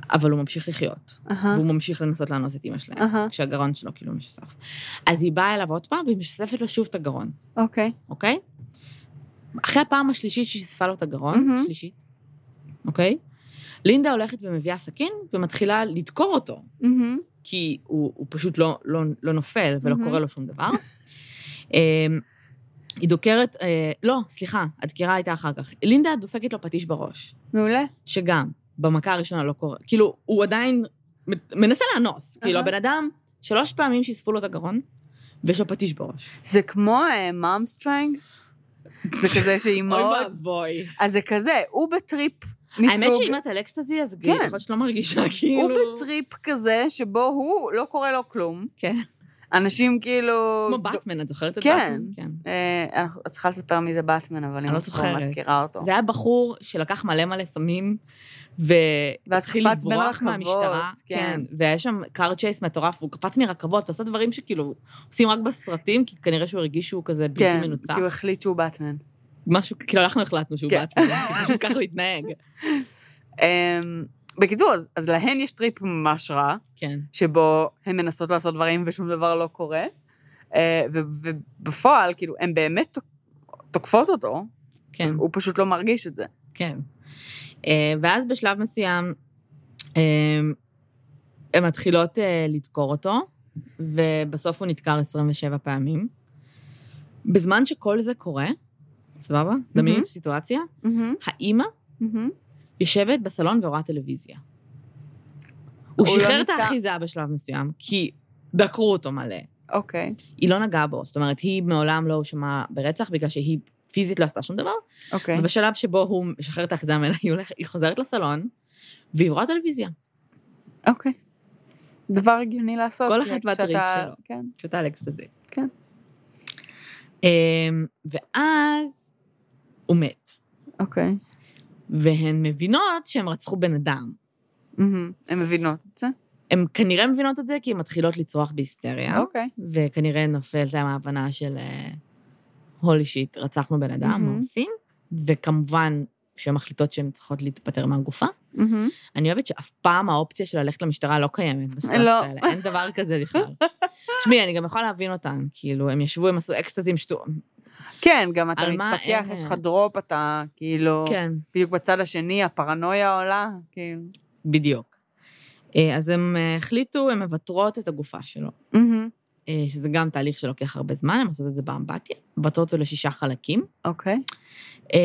Speaker 1: אבל הוא ממשיך לחיות,
Speaker 2: Uh-huh.
Speaker 1: והוא ממשיך לנסות לאנוס את אמא שלהם,
Speaker 2: Uh-huh.
Speaker 1: כשהגרון שלו כאילו משוסף. אז היא באה אליו עוד פעם, והיא משספת לו שוב את הגרון,
Speaker 2: אוקיי.
Speaker 1: אוקיי? אחרי הפעם השלישית שהיא שספה לו את הגרון,
Speaker 2: Mhm.
Speaker 1: שלישית, אוקיי? לינדה הולכת ומביאה סכין, ומתחילה לדקור אותו,
Speaker 2: Mhm.
Speaker 1: כי הוא, הוא פשוט לא, לא, לא נופל, ולא
Speaker 2: Mhm.
Speaker 1: קורה לו שום דבר. אמ, היא דוקרת, אה, לא, סליחה, הדקירה הייתה אחר כך. לינדה דופקת לו פטיש בראש,
Speaker 2: מעולה.
Speaker 1: שגם במכה הראשונה לא קורה, כאילו, הוא עדיין מנסה לאנוס, כאילו,
Speaker 2: אהה.
Speaker 1: הבן אדם, שלוש פעמים שיספו לו את הגרון, ויש לו פטיש בראש.
Speaker 2: זה כמו מום סטרנגס? זה כזה שהיא מאוד...
Speaker 1: אוי ואבוי.
Speaker 2: אז זה כזה, הוא בטריפ מסוג...
Speaker 1: האמת שאם את על אקסטזי, אז
Speaker 2: כן.
Speaker 1: יכול להיות שלא מרגישה, כאילו...
Speaker 2: הוא בטריפ כזה שבו הוא לא קורא לו כלום.
Speaker 1: כן.
Speaker 2: אנשים כאילו...
Speaker 1: כמו באטמן, את זוכרת את
Speaker 2: כן.
Speaker 1: באטמן? כן.
Speaker 2: אה, את צריכה לספר מי זה באטמן, אבל אני
Speaker 1: לא
Speaker 2: לא
Speaker 1: זוכרת.
Speaker 2: מזכירה אותו.
Speaker 1: זה היה בחור שלקח מלא מלא סמים,
Speaker 2: ואז
Speaker 1: והתחיל
Speaker 2: קפץ בין
Speaker 1: לברוח
Speaker 2: רכבות,
Speaker 1: מהמשטרה.
Speaker 2: כן.
Speaker 1: כן. והיה שם קאר צ'ייס מטורף, הוא קפץ מרכבות, עשה דברים שכאילו עושים רק בסרטים, כי כנראה שהוא הרגיש שהוא כזה בלתי
Speaker 2: כן,
Speaker 1: מנוצח.
Speaker 2: כי הוא החליט שהוא באטמן.
Speaker 1: משהו, כאילו אנחנו החלטנו שהוא
Speaker 2: כן.
Speaker 1: באטמן, כי פשוט ככה הוא התנהג.
Speaker 2: אמ, בקיצור, אז, אז להן יש טריפ ממש רע,
Speaker 1: כן.
Speaker 2: שבו הן מנסות לעשות דברים ושום דבר לא קורה, אה, ו- ובפועל, כאילו, הן באמת תוק- תוקפות אותו,
Speaker 1: כן.
Speaker 2: הוא פשוט לא מרגיש את זה.
Speaker 1: כן. אה, ואז בשלב מסוים, אה, הן מתחילות אה, לדקור אותו, ובסוף הוא נדקר עשרים ושבע פעמים. בזמן שכל זה קורה, סבבה? דמייני את הסיטואציה, האמא יושבת בסלון ורואה טלוויזיה. הוא
Speaker 2: הוא לא
Speaker 1: שחרר את
Speaker 2: ניסה-
Speaker 1: האחיזה בשלב מסוים, כי דקרו אותו מלא.
Speaker 2: אוקיי,
Speaker 1: היא לא נגעה בו, זאת אומרת, היא מעולם לא הואשמה ברצח, בגלל שהיא פיזית לא עשתה שום דבר,
Speaker 2: אוקיי.
Speaker 1: ובשלב שבו הוא משחרר את האחיזה ממנה, היא הולכת- היא חוזרת לסלון, והיא רואה טלוויזיה.
Speaker 2: אוקיי. דבר הגיוני לעשות.
Speaker 1: כל
Speaker 2: כי
Speaker 1: אחת והטריפ
Speaker 2: כשאתה-
Speaker 1: שלו.
Speaker 2: כן.
Speaker 1: שאתה אלכס הזה.
Speaker 2: כן.
Speaker 1: אמ, ואז הוא מת.
Speaker 2: אוקיי.
Speaker 1: והן מבינות שהם רצחו בן אדם.
Speaker 2: מהמם. הן מבינות את זה?
Speaker 1: הן כנראה מבינות את זה, כי הן מתחילות לצרוח בהיסטריה.
Speaker 2: אוקיי.
Speaker 1: וכנראה נופלת להם ההבנה של הולי שיט, רצחנו בן אדם, מה
Speaker 2: מהמם.
Speaker 1: עושים? וכמובן שהן מחליטות שהן צריכות להתפטר מהגופה.
Speaker 2: מהמם.
Speaker 1: אני אוהבת שאף פעם האופציה של ללכת למשטרה לא קיימת בסטאציה
Speaker 2: לא.
Speaker 1: האלה. אין דבר כזה בכלל. תשמעי, אני גם יכולה להבין אותן. כאילו, הם ישבו, הם עשו אקסטזים שטו...
Speaker 2: כן, גם אתה
Speaker 1: על מה
Speaker 2: מתפתח,
Speaker 1: אין-
Speaker 2: יש לך דרופ, אתה כאילו...
Speaker 1: כן,
Speaker 2: בדיוק בצד השני, הפרנויה עולה, כאילו.
Speaker 1: בדיוק. אה, אז הם אה, החליטו, הם מבטרות את הגופה שלו.
Speaker 2: מהמם.
Speaker 1: אה, שזה גם תהליך שלוקח הרבה זמן, הם עושות את זה באמבטיה. מבטרות אותו לשישה חלקים.
Speaker 2: אוקיי.
Speaker 1: אה,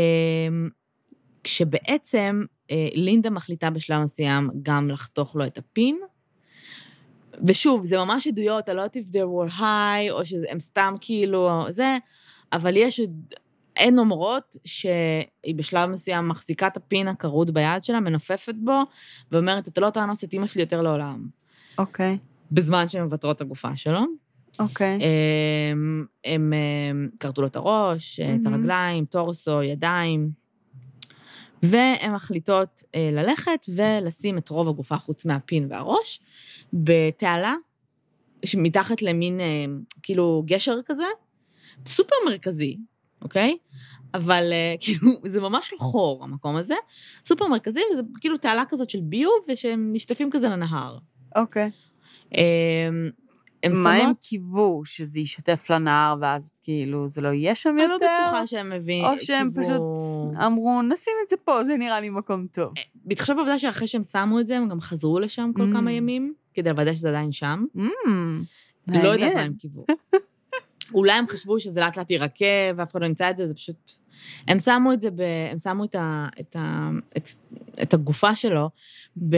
Speaker 1: כשבעצם אה, לינדה מחליטה בשלב מסוים גם לחתוך לו את הפין, ושוב, זה ממש עדויות, אני לא יודעת if they were high, או שהם סתם כאילו זה, אבל יש, הן אומרות שהיא בשלב מסוים מחזיקה את הפין הקרוד ביד שלה, מנופפת בו, ואומרת, אתה לא תאנוס את אמא שלי יותר לעולם.
Speaker 2: אוקיי.
Speaker 1: בזמן שהן מבטרות את הגופה שלו.
Speaker 2: אוקיי.
Speaker 1: הם, הם, הם קרטו לו את הראש, את
Speaker 2: מהמם.
Speaker 1: הרגליים, טורסו, ידיים, והן מחליטות אה, ללכת ולשים את רוב הגופה חוץ מהפין והראש, בתעלה, מתחת למין, אה, כאילו, גשר כזה, סופר מרכזי, אוקיי? אבל אה, כאילו, זה ממש לא חור, המקום הזה, סופר מרכזי, וזה כאילו תעלה כזאת של ביוב, ושהם נשטפים כזה לנהר.
Speaker 2: אוקיי.
Speaker 1: אה, הם
Speaker 2: מה הם
Speaker 1: שמות,
Speaker 2: קיוו? שזה יישטף לנהר, ואז כאילו זה לא יהיה שם
Speaker 1: אני
Speaker 2: יותר?
Speaker 1: לא בטוחה שהם מביאים,
Speaker 2: או שהם פשוט אמרו, נשים את זה פה, זה נראה לי מקום טוב.
Speaker 1: בהתחשב בעובדה שאחרי שהם שמו את זה, הם גם חזרו לשם כל
Speaker 2: Mm.
Speaker 1: כמה ימים, כדי לוודא שזה עדיין שם.
Speaker 2: Mm,
Speaker 1: לא יודעת
Speaker 2: מעניין.
Speaker 1: מה הם קיוו. אולי הם חשבו שזה לאט לאט יירקב, ואף אחד לא נמצא את זה, זה פשוט... הם שמו את זה, ב... הם שמו את, ה... את, ה... את... את הגופה שלו ב...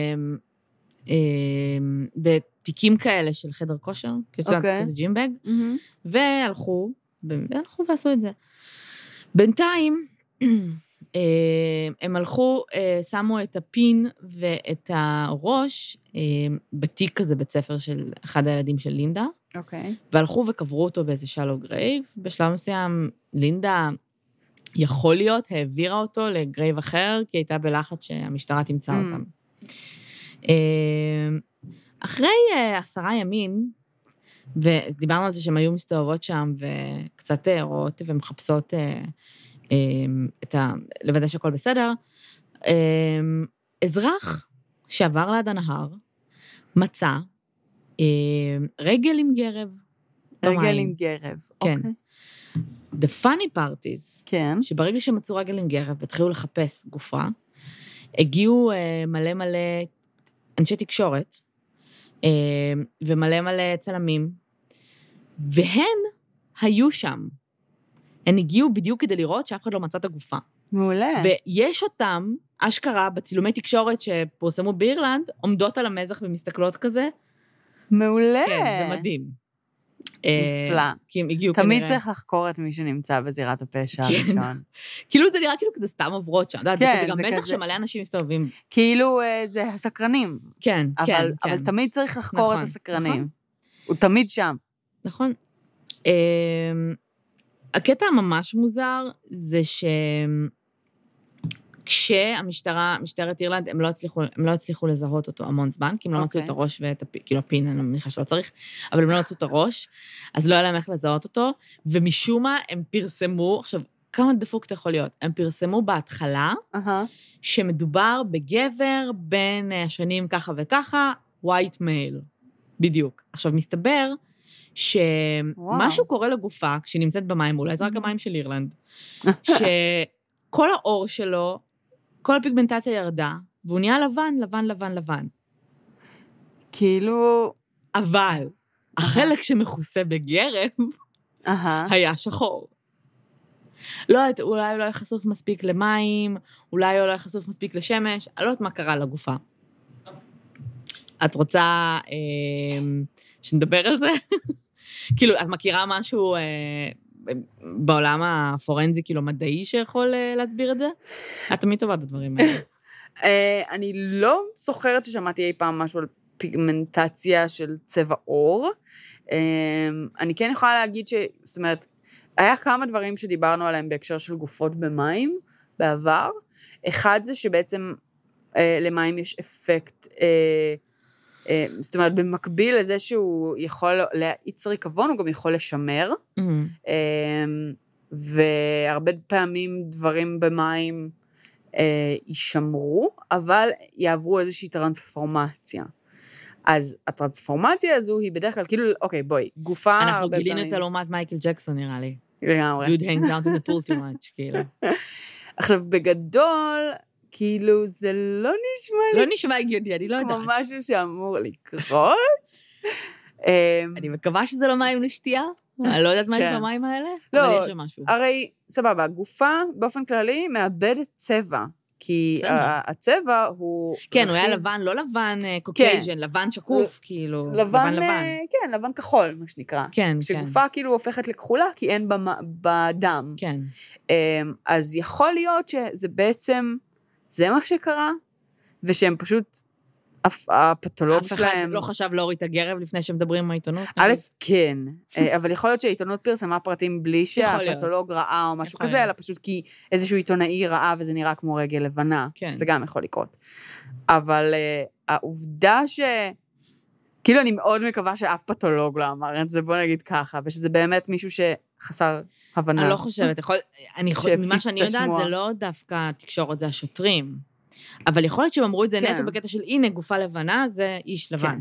Speaker 1: אמ, בתיקים כאלה של חדר כושר, כאילו
Speaker 2: אוקיי.
Speaker 1: כזה ג'ימבג,
Speaker 2: מהמם.
Speaker 1: והלכו, והלכו ועשו את זה. בינתיים, אה, הם הלכו, אה, שמו את הפין ואת הראש אה, בתיק כזה בית ספר של אחד הילדים של לינדה,
Speaker 2: אוקיי.
Speaker 1: והלכו וקברו אותו באיזה שלו גרייב. בשלב מסוים, לינדה יכול להיות, העבירה אותו לגרייב אחר, כי הייתה בלחץ שהמשטרה תמצא
Speaker 2: Mm.
Speaker 1: אותם. אה, אחרי אה, עשרה ימים, ודיברנו על זה שהן היו מסתובבות שם, וקצת רואות ומחפשות אה, אה, את ה... לוודא שהכל בסדר, אה, אזרח שעבר ליד הנהר, מצא אה, רגל עם גרב.
Speaker 2: רגל
Speaker 1: במים.
Speaker 2: עם גרב.
Speaker 1: כן.
Speaker 2: אוקיי.
Speaker 1: The funny part is,
Speaker 2: כן.
Speaker 1: שברגע שמצאו רגל עם גרב והתחילו לחפש גופה, הגיעו אה, מלא מלא אנשי תקשורת, אה, ומלא מלא צלמים, והן היו שם. הן הגיעו בדיוק כדי לראות שאף אחד לא מצא את הגופה.
Speaker 2: מעולה.
Speaker 1: ויש אותם, אשכרה, בצילומי תקשורת שפורסמו באירלנד, עומדות על המזח ומסתכלות כזה.
Speaker 2: מעולה.
Speaker 1: כן, זה מדהים.
Speaker 2: נפלא.
Speaker 1: כי הם הגיעו
Speaker 2: תמיד
Speaker 1: כנראה...
Speaker 2: צריך לחקור את מי שנמצא בזירת הפשע
Speaker 1: כן.
Speaker 2: הראשון.
Speaker 1: כאילו זה נראה כאילו כזה סתם עוברות שם.
Speaker 2: כן,
Speaker 1: זה גם
Speaker 2: זה
Speaker 1: מזח
Speaker 2: כזה-
Speaker 1: שמלא אנשים מסתובבים.
Speaker 2: כאילו אה, זה הסקרנים.
Speaker 1: כן,
Speaker 2: אבל,
Speaker 1: כן,
Speaker 2: אבל
Speaker 1: כן.
Speaker 2: תמיד צריך לחקור
Speaker 1: נכון,
Speaker 2: את הסקרנים.
Speaker 1: נכון.
Speaker 2: הוא תמיד שם.
Speaker 1: נכון. אמ, הקטע הממש מוזר זה ש... כשהמשטרה, משטרת אירלנד, הם לא הצליחו, הם לא הצליחו לזהות אותו המון זמן, כי הם לא מצאו את
Speaker 2: אוקיי.
Speaker 1: הראש ואת הפין, כאילו הפין, אני מניחה שלא צריך, אבל הם לא מצאו את הראש, אז לא היה להם איך לזהות אותו, ומשום מה הם פרסמו, עכשיו, כמה דפוק אתה יכול להיות? הם פרסמו בהתחלה,
Speaker 2: אהה.
Speaker 1: שמדובר בגבר בין השנים ככה וככה, white male, בדיוק. עכשיו, מסתבר שמשהו קורה לגופה, כשהיא נמצאת במים, אולי זה רק המים של אירלנד, שכל האור שלו, כל הפיגמנטציה ירדה, והוא נהיה לבן, לבן, לבן, לבן.
Speaker 2: כאילו...
Speaker 1: אבל החלק שמכוסה בגרב
Speaker 2: אהה.
Speaker 1: היה שחור. לא, אולי הוא לא היה חשוף מספיק למים, אולי הוא לא היה חשוף מספיק לשמש, אני לא יודעת מה קרה לגופה. את רוצה אה, שנדבר על זה? כאילו, את מכירה משהו אה, בעולם הפורנזי, כאילו, מדעי שיכול אה, להסביר את זה? את תמיד טובה בדברים האלה.
Speaker 2: אה, אני לא זוכרת ששמעתי אי פעם משהו על פיגמנטציה של צבע עור. אה, אני כן יכולה להגיד ש... זאת אומרת, היה כמה דברים שדיברנו עליהם בהקשר של גופות במים בעבר. אחד זה שבעצם אה, למים יש אפקט... אה, אה, זאת אומרת, במקביל לזה שהוא יכול להאיץ ריקבון, הוא גם יכול לשמר.
Speaker 1: Mm-hmm.
Speaker 2: אה, והרבה פעמים דברים במים אה, יישמרו, אבל יעברו איזושהי טרנספורמציה. אז הטרנספורמציה הזו היא בדרך כלל, כאילו, אוקיי, בואי, גופה...
Speaker 1: אנחנו גילינו את לעומת מייקל ג'קסון, נראה לי.
Speaker 2: לגמרי.
Speaker 1: Dude hangs out in the pool too much, כאילו.
Speaker 2: עכשיו, בגדול, כאילו, זה לא נשמע לי
Speaker 1: לא נשמע הגיוני, אני לא יודעת.
Speaker 2: כמו משהו שאמור לקרות.
Speaker 1: אני מקווה שזה לא מים לשתייה, אני לא יודעת מה יש
Speaker 2: כן.
Speaker 1: במים האלה,
Speaker 2: לא,
Speaker 1: אבל יש שם משהו.
Speaker 2: הרי, סבבה, גופה באופן כללי מאבדת צבע, כי
Speaker 1: בסדר.
Speaker 2: ה- הצבע הוא...
Speaker 1: כן, הוא היה
Speaker 2: רכיב-
Speaker 1: לבן, לא לבן קוקייז'ן, לבן שקוף, כאילו, לבן לבן.
Speaker 2: אה, כן, לבן כחול, מה שנקרא.
Speaker 1: כן, כן.
Speaker 2: כשגופה כאילו הופכת לכחולה, כי אין בה בדם.
Speaker 1: כן.
Speaker 2: אמ, אז יכול להיות שזה בעצם, זה מה שקרה, ושהם פשוט, הפ- הפתולוג
Speaker 1: אף אחד
Speaker 2: שלהם...
Speaker 1: לא חשב להוריד את הגרב לפני שמדברים עם העיתונות?
Speaker 2: א',
Speaker 1: נגיד?
Speaker 2: כן, אה, אבל יכול להיות שהעיתונות פרסמה פרטים בלי
Speaker 1: יכול להיות.
Speaker 2: שהפתולוג ראה או משהו
Speaker 1: יכול
Speaker 2: כזה,
Speaker 1: להיות.
Speaker 2: אלא פשוט כי איזשהו עיתונאי ראה וזה נראה כמו רגל לבנה.
Speaker 1: כן.
Speaker 2: זה גם יכול לקרות. אבל אה, העובדה ש... כאילו אני מאוד מקווה שאף פתולוג לא אמר את זה, בוא נגיד ככה, ושזה באמת מישהו שחסר הבנה.
Speaker 1: אני לא חושבת, יכול, אני, חו-
Speaker 2: שהפיץ
Speaker 1: ממה שאני
Speaker 2: את
Speaker 1: יודעת,
Speaker 2: השמועה.
Speaker 1: זה לא דווקא תקשורת, זה השוטרים. אבל יכול להיות שהם אמרו את זה
Speaker 2: כן.
Speaker 1: נטו בקטע של, הנה, גופה לבנה, זה איש לבן.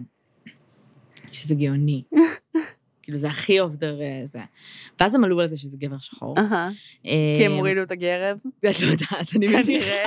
Speaker 1: שזה גאוני. כאילו, זה הכי אובדר זה. ואז הם עלו על זה שזה גבר שחור.
Speaker 2: אהה. כי הם הורידו את הגרב.
Speaker 1: את לא יודעת, אני מניחה.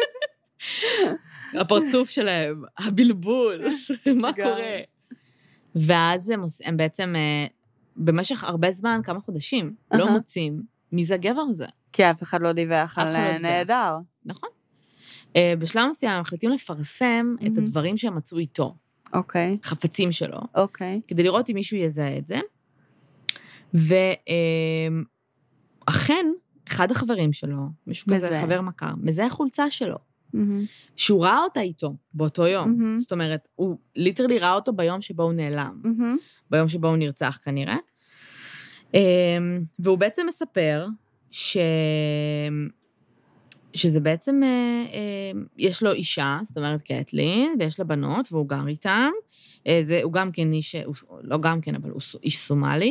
Speaker 1: הפרצוף שלהם, הבלבול, מה
Speaker 2: גם.
Speaker 1: קורה? ואז הם, עוש- הם בעצם, אה, במשך הרבה זמן, כמה חודשים, לא
Speaker 2: אהה.
Speaker 1: מוצאים מי זה הגבר הזה.
Speaker 2: כי אף אחד לא דיווח
Speaker 1: אף
Speaker 2: על
Speaker 1: אחד לא
Speaker 2: אה,
Speaker 1: דיווח. נהדר. נכון. אה, בשלב מסוים הם מחליטים לפרסם את
Speaker 2: מהמם.
Speaker 1: הדברים שהם מצאו איתו,
Speaker 2: אוקיי,
Speaker 1: חפצים שלו,
Speaker 2: אוקיי.
Speaker 1: כדי לראות אם מישהו יזהה את זה. ואכן, אחד החברים שלו, מישהו כזה,
Speaker 2: מזהה.
Speaker 1: חבר מכר, מזהה חולצה שלו,
Speaker 2: מהמם.
Speaker 1: שהוא ראה אותה איתו באותו יום.
Speaker 2: מהמם.
Speaker 1: זאת אומרת, הוא ליטרלי ראה אותו ביום שבו הוא נעלם,
Speaker 2: מהמם.
Speaker 1: ביום שבו הוא נרצח כנראה. והוא בעצם מספר ש... שזה בעצם, יש לו אישה, זאת אומרת קטלין, ויש לה בנות, והוא גר איתם. זה, הוא גם כן איש, לא גם כן, אבל הוא איש סומלי,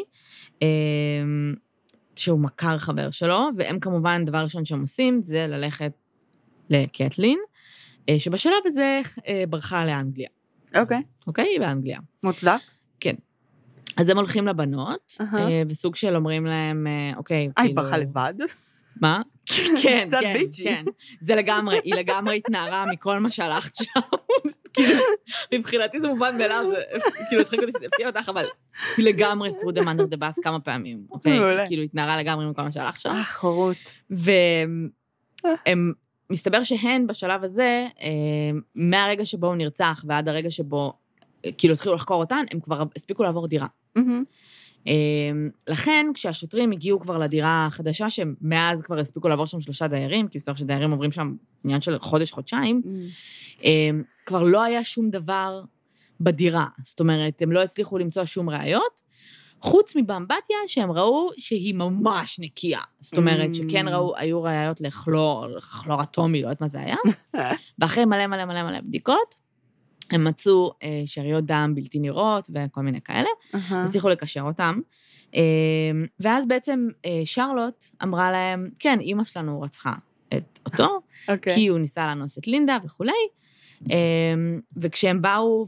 Speaker 1: שהוא מכר חבר שלו, והם כמובן, דבר ראשון שהם עושים, זה ללכת לקטלין, שבשלב הזה ברחה לאנגליה.
Speaker 2: אוקיי.
Speaker 1: אוקיי? באנגליה.
Speaker 2: מוצדק?
Speaker 1: כן. אז הם הולכים לבנות, וסוג של אומרים להם, אוקיי,
Speaker 2: כאילו... היא ברחה לבד?
Speaker 1: מה? כן,
Speaker 2: קצת
Speaker 1: כן,
Speaker 2: ביצ'י.
Speaker 1: כן. זה לגמרי, היא לגמרי התנערה מכל מה שהלכת שם. כאילו, מבחינתי זה מובן מאליו, כאילו, הצחיק אותי שזה הפתיע אותך, אבל היא לגמרי through them under the bus כמה פעמים, אוקיי? כאילו, התנערה לגמרי מכל מה שהלכת שם.
Speaker 2: אה, חורות.
Speaker 1: והם, מסתבר שהן בשלב הזה, מהרגע שבו הוא נרצח ועד הרגע שבו, כאילו, התחילו לחקור אותן, הם כבר הספיקו לעבור דירה. לכן, כשהשוטרים הגיעו כבר לדירה החדשה, שמאז כבר הספיקו לעבור שם שלושה דיירים, כי בסדר שדיירים עוברים שם עניין של חודש, חודשיים, כבר לא היה שום דבר בדירה. זאת אומרת, הם לא הצליחו למצוא שום ראיות, חוץ מבאמבטיה שהם ראו שהיא ממש נקייה. זאת אומרת, שכן ראו, היו ראיות לכלור, לכלור אטומי, לא יודעת מה זה היה. ואחרי מלא מלא מלא מלא בדיקות, הם מצאו אה, שאריות דם בלתי נראות וכל מיני כאלה, uh-huh. הצליחו לקשר אותם. אה, ואז בעצם אה, שרלוט אמרה להם, כן, אמא שלנו רצחה את אותו, okay. כי הוא ניסה לאנוס את לינדה וכו'. אה, וכשהם באו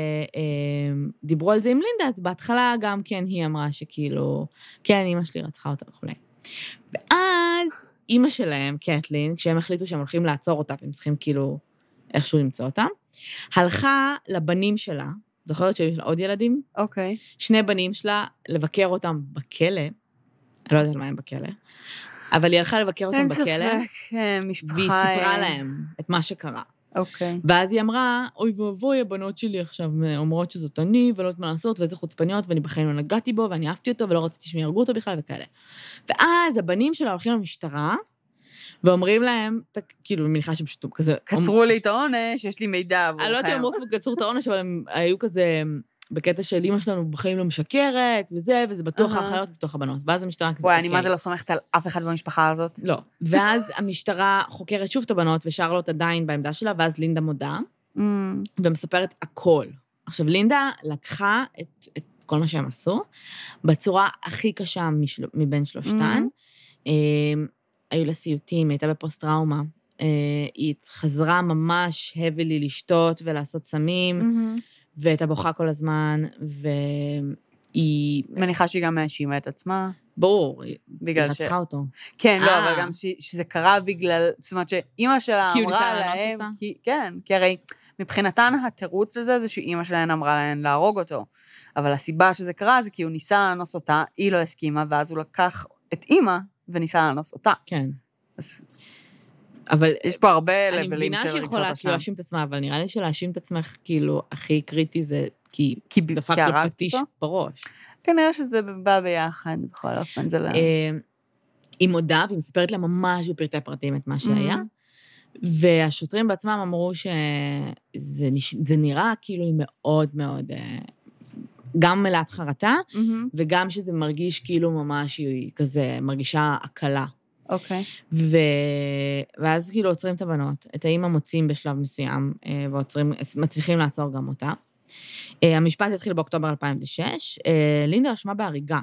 Speaker 1: ודיברו על זה עם לינדה, אז בהתחלה גם כן היא אמרה שכאילו, כן, אמא שלי רצחה אותה וכו'. ואז אמא שלהם, קטלין, כשהם החליטו שהם הולכים לעצור אותה, והם צריכים כאילו איכשהו למצוא אותם, הלכה לבנים שלה, זוכרת שהיו לה עוד ילדים?
Speaker 2: אוקיי. Okay.
Speaker 1: שני בנים שלה, לבקר אותם בכלא, אני לא יודעת על מה הם בכלא, אבל היא הלכה לבקר אותם בכלא,
Speaker 2: אין ספק, משפחה.
Speaker 1: והיא סיפרה להם את מה שקרה.
Speaker 2: אוקיי. Okay.
Speaker 1: ואז היא אמרה, אוי ואבוי, הבנות שלי עכשיו אומרות שזאת אני, ולא יודעת מה לעשות, ואיזה חוצפניות, ואני בחיים לא נגעתי בו, ואני אהבתי אותו, ולא רציתי שהם יהרגו אותו בכלל וכאלה. ואז הבנים שלה הולכים למשטרה, ואומרים להם, כאילו, מניחה שפשוט כזה...
Speaker 2: קצרו לי את העונש, יש לי מידע עבורכם.
Speaker 1: אני לא יודעת אם אמרו קצרו את העונש, אבל הם היו כזה, בקטע של אמא שלנו בחיים לא משקרת, וזה, וזה בטוח האחיות, בטוח הבנות. ואז המשטרה כזה...
Speaker 2: וואי, אני מה זה לא סומכת על אף אחד במשפחה הזאת?
Speaker 1: לא. ואז המשטרה חוקרת שוב את הבנות, ושרלוט עדיין בעמדה שלה, ואז לינדה מודה, ומספרת הכל. עכשיו, לינדה לקחה את כל מה שהם עשו, בצורה הכי קשה מבין שלושתן, היו לה סיוטים, הייתה בפוסט-טראומה, היא חזרה ממש heavily לשתות ולעשות סמים, והייתה בוכה כל הזמן, והיא...
Speaker 2: מניחה שהיא גם מאשימה את עצמה.
Speaker 1: ברור, היא רצחה אותו.
Speaker 2: כן, לא, אבל גם שזה קרה בגלל, זאת אומרת שאמא שלה אמרה להם, כן, כי הרי מבחינתן התירוץ לזה זה שאמא שלהן אמרה להן להרוג אותו, אבל הסיבה שזה קרה זה כי הוא ניסה לאנוס אותה, היא לא הסכימה, ואז הוא לקח את אמא, וניסה לאנוס אותה.
Speaker 1: כן.
Speaker 2: אז... אבל יש פה הרבה לבלים של ריצות השם.
Speaker 1: אני מבינה שיכולה להאשים את עצמה, אבל נראה לי שלהאשים את עצמך, כאילו, הכי קריטי זה, כי דפקת לו פטיש בראש.
Speaker 2: כנראה שזה בא ביחד, בכל אופן, זה לא...
Speaker 1: היא מודה, והיא מספרת לה ממש בפרטי פרטים את מה שהיה, והשוטרים בעצמם אמרו שזה נראה כאילו היא מאוד מאוד... גם מלאת חרטה, mm-hmm. וגם שזה מרגיש כאילו ממש היא כזה, מרגישה הקלה.
Speaker 2: אוקיי. Okay.
Speaker 1: ו... ואז כאילו עוצרים את הבנות, את האמא מוצאים בשלב מסוים, ועוצרים, מצליחים לעצור גם אותה. המשפט התחיל באוקטובר אלפיים ושש, לינדה אשמה בהריגה.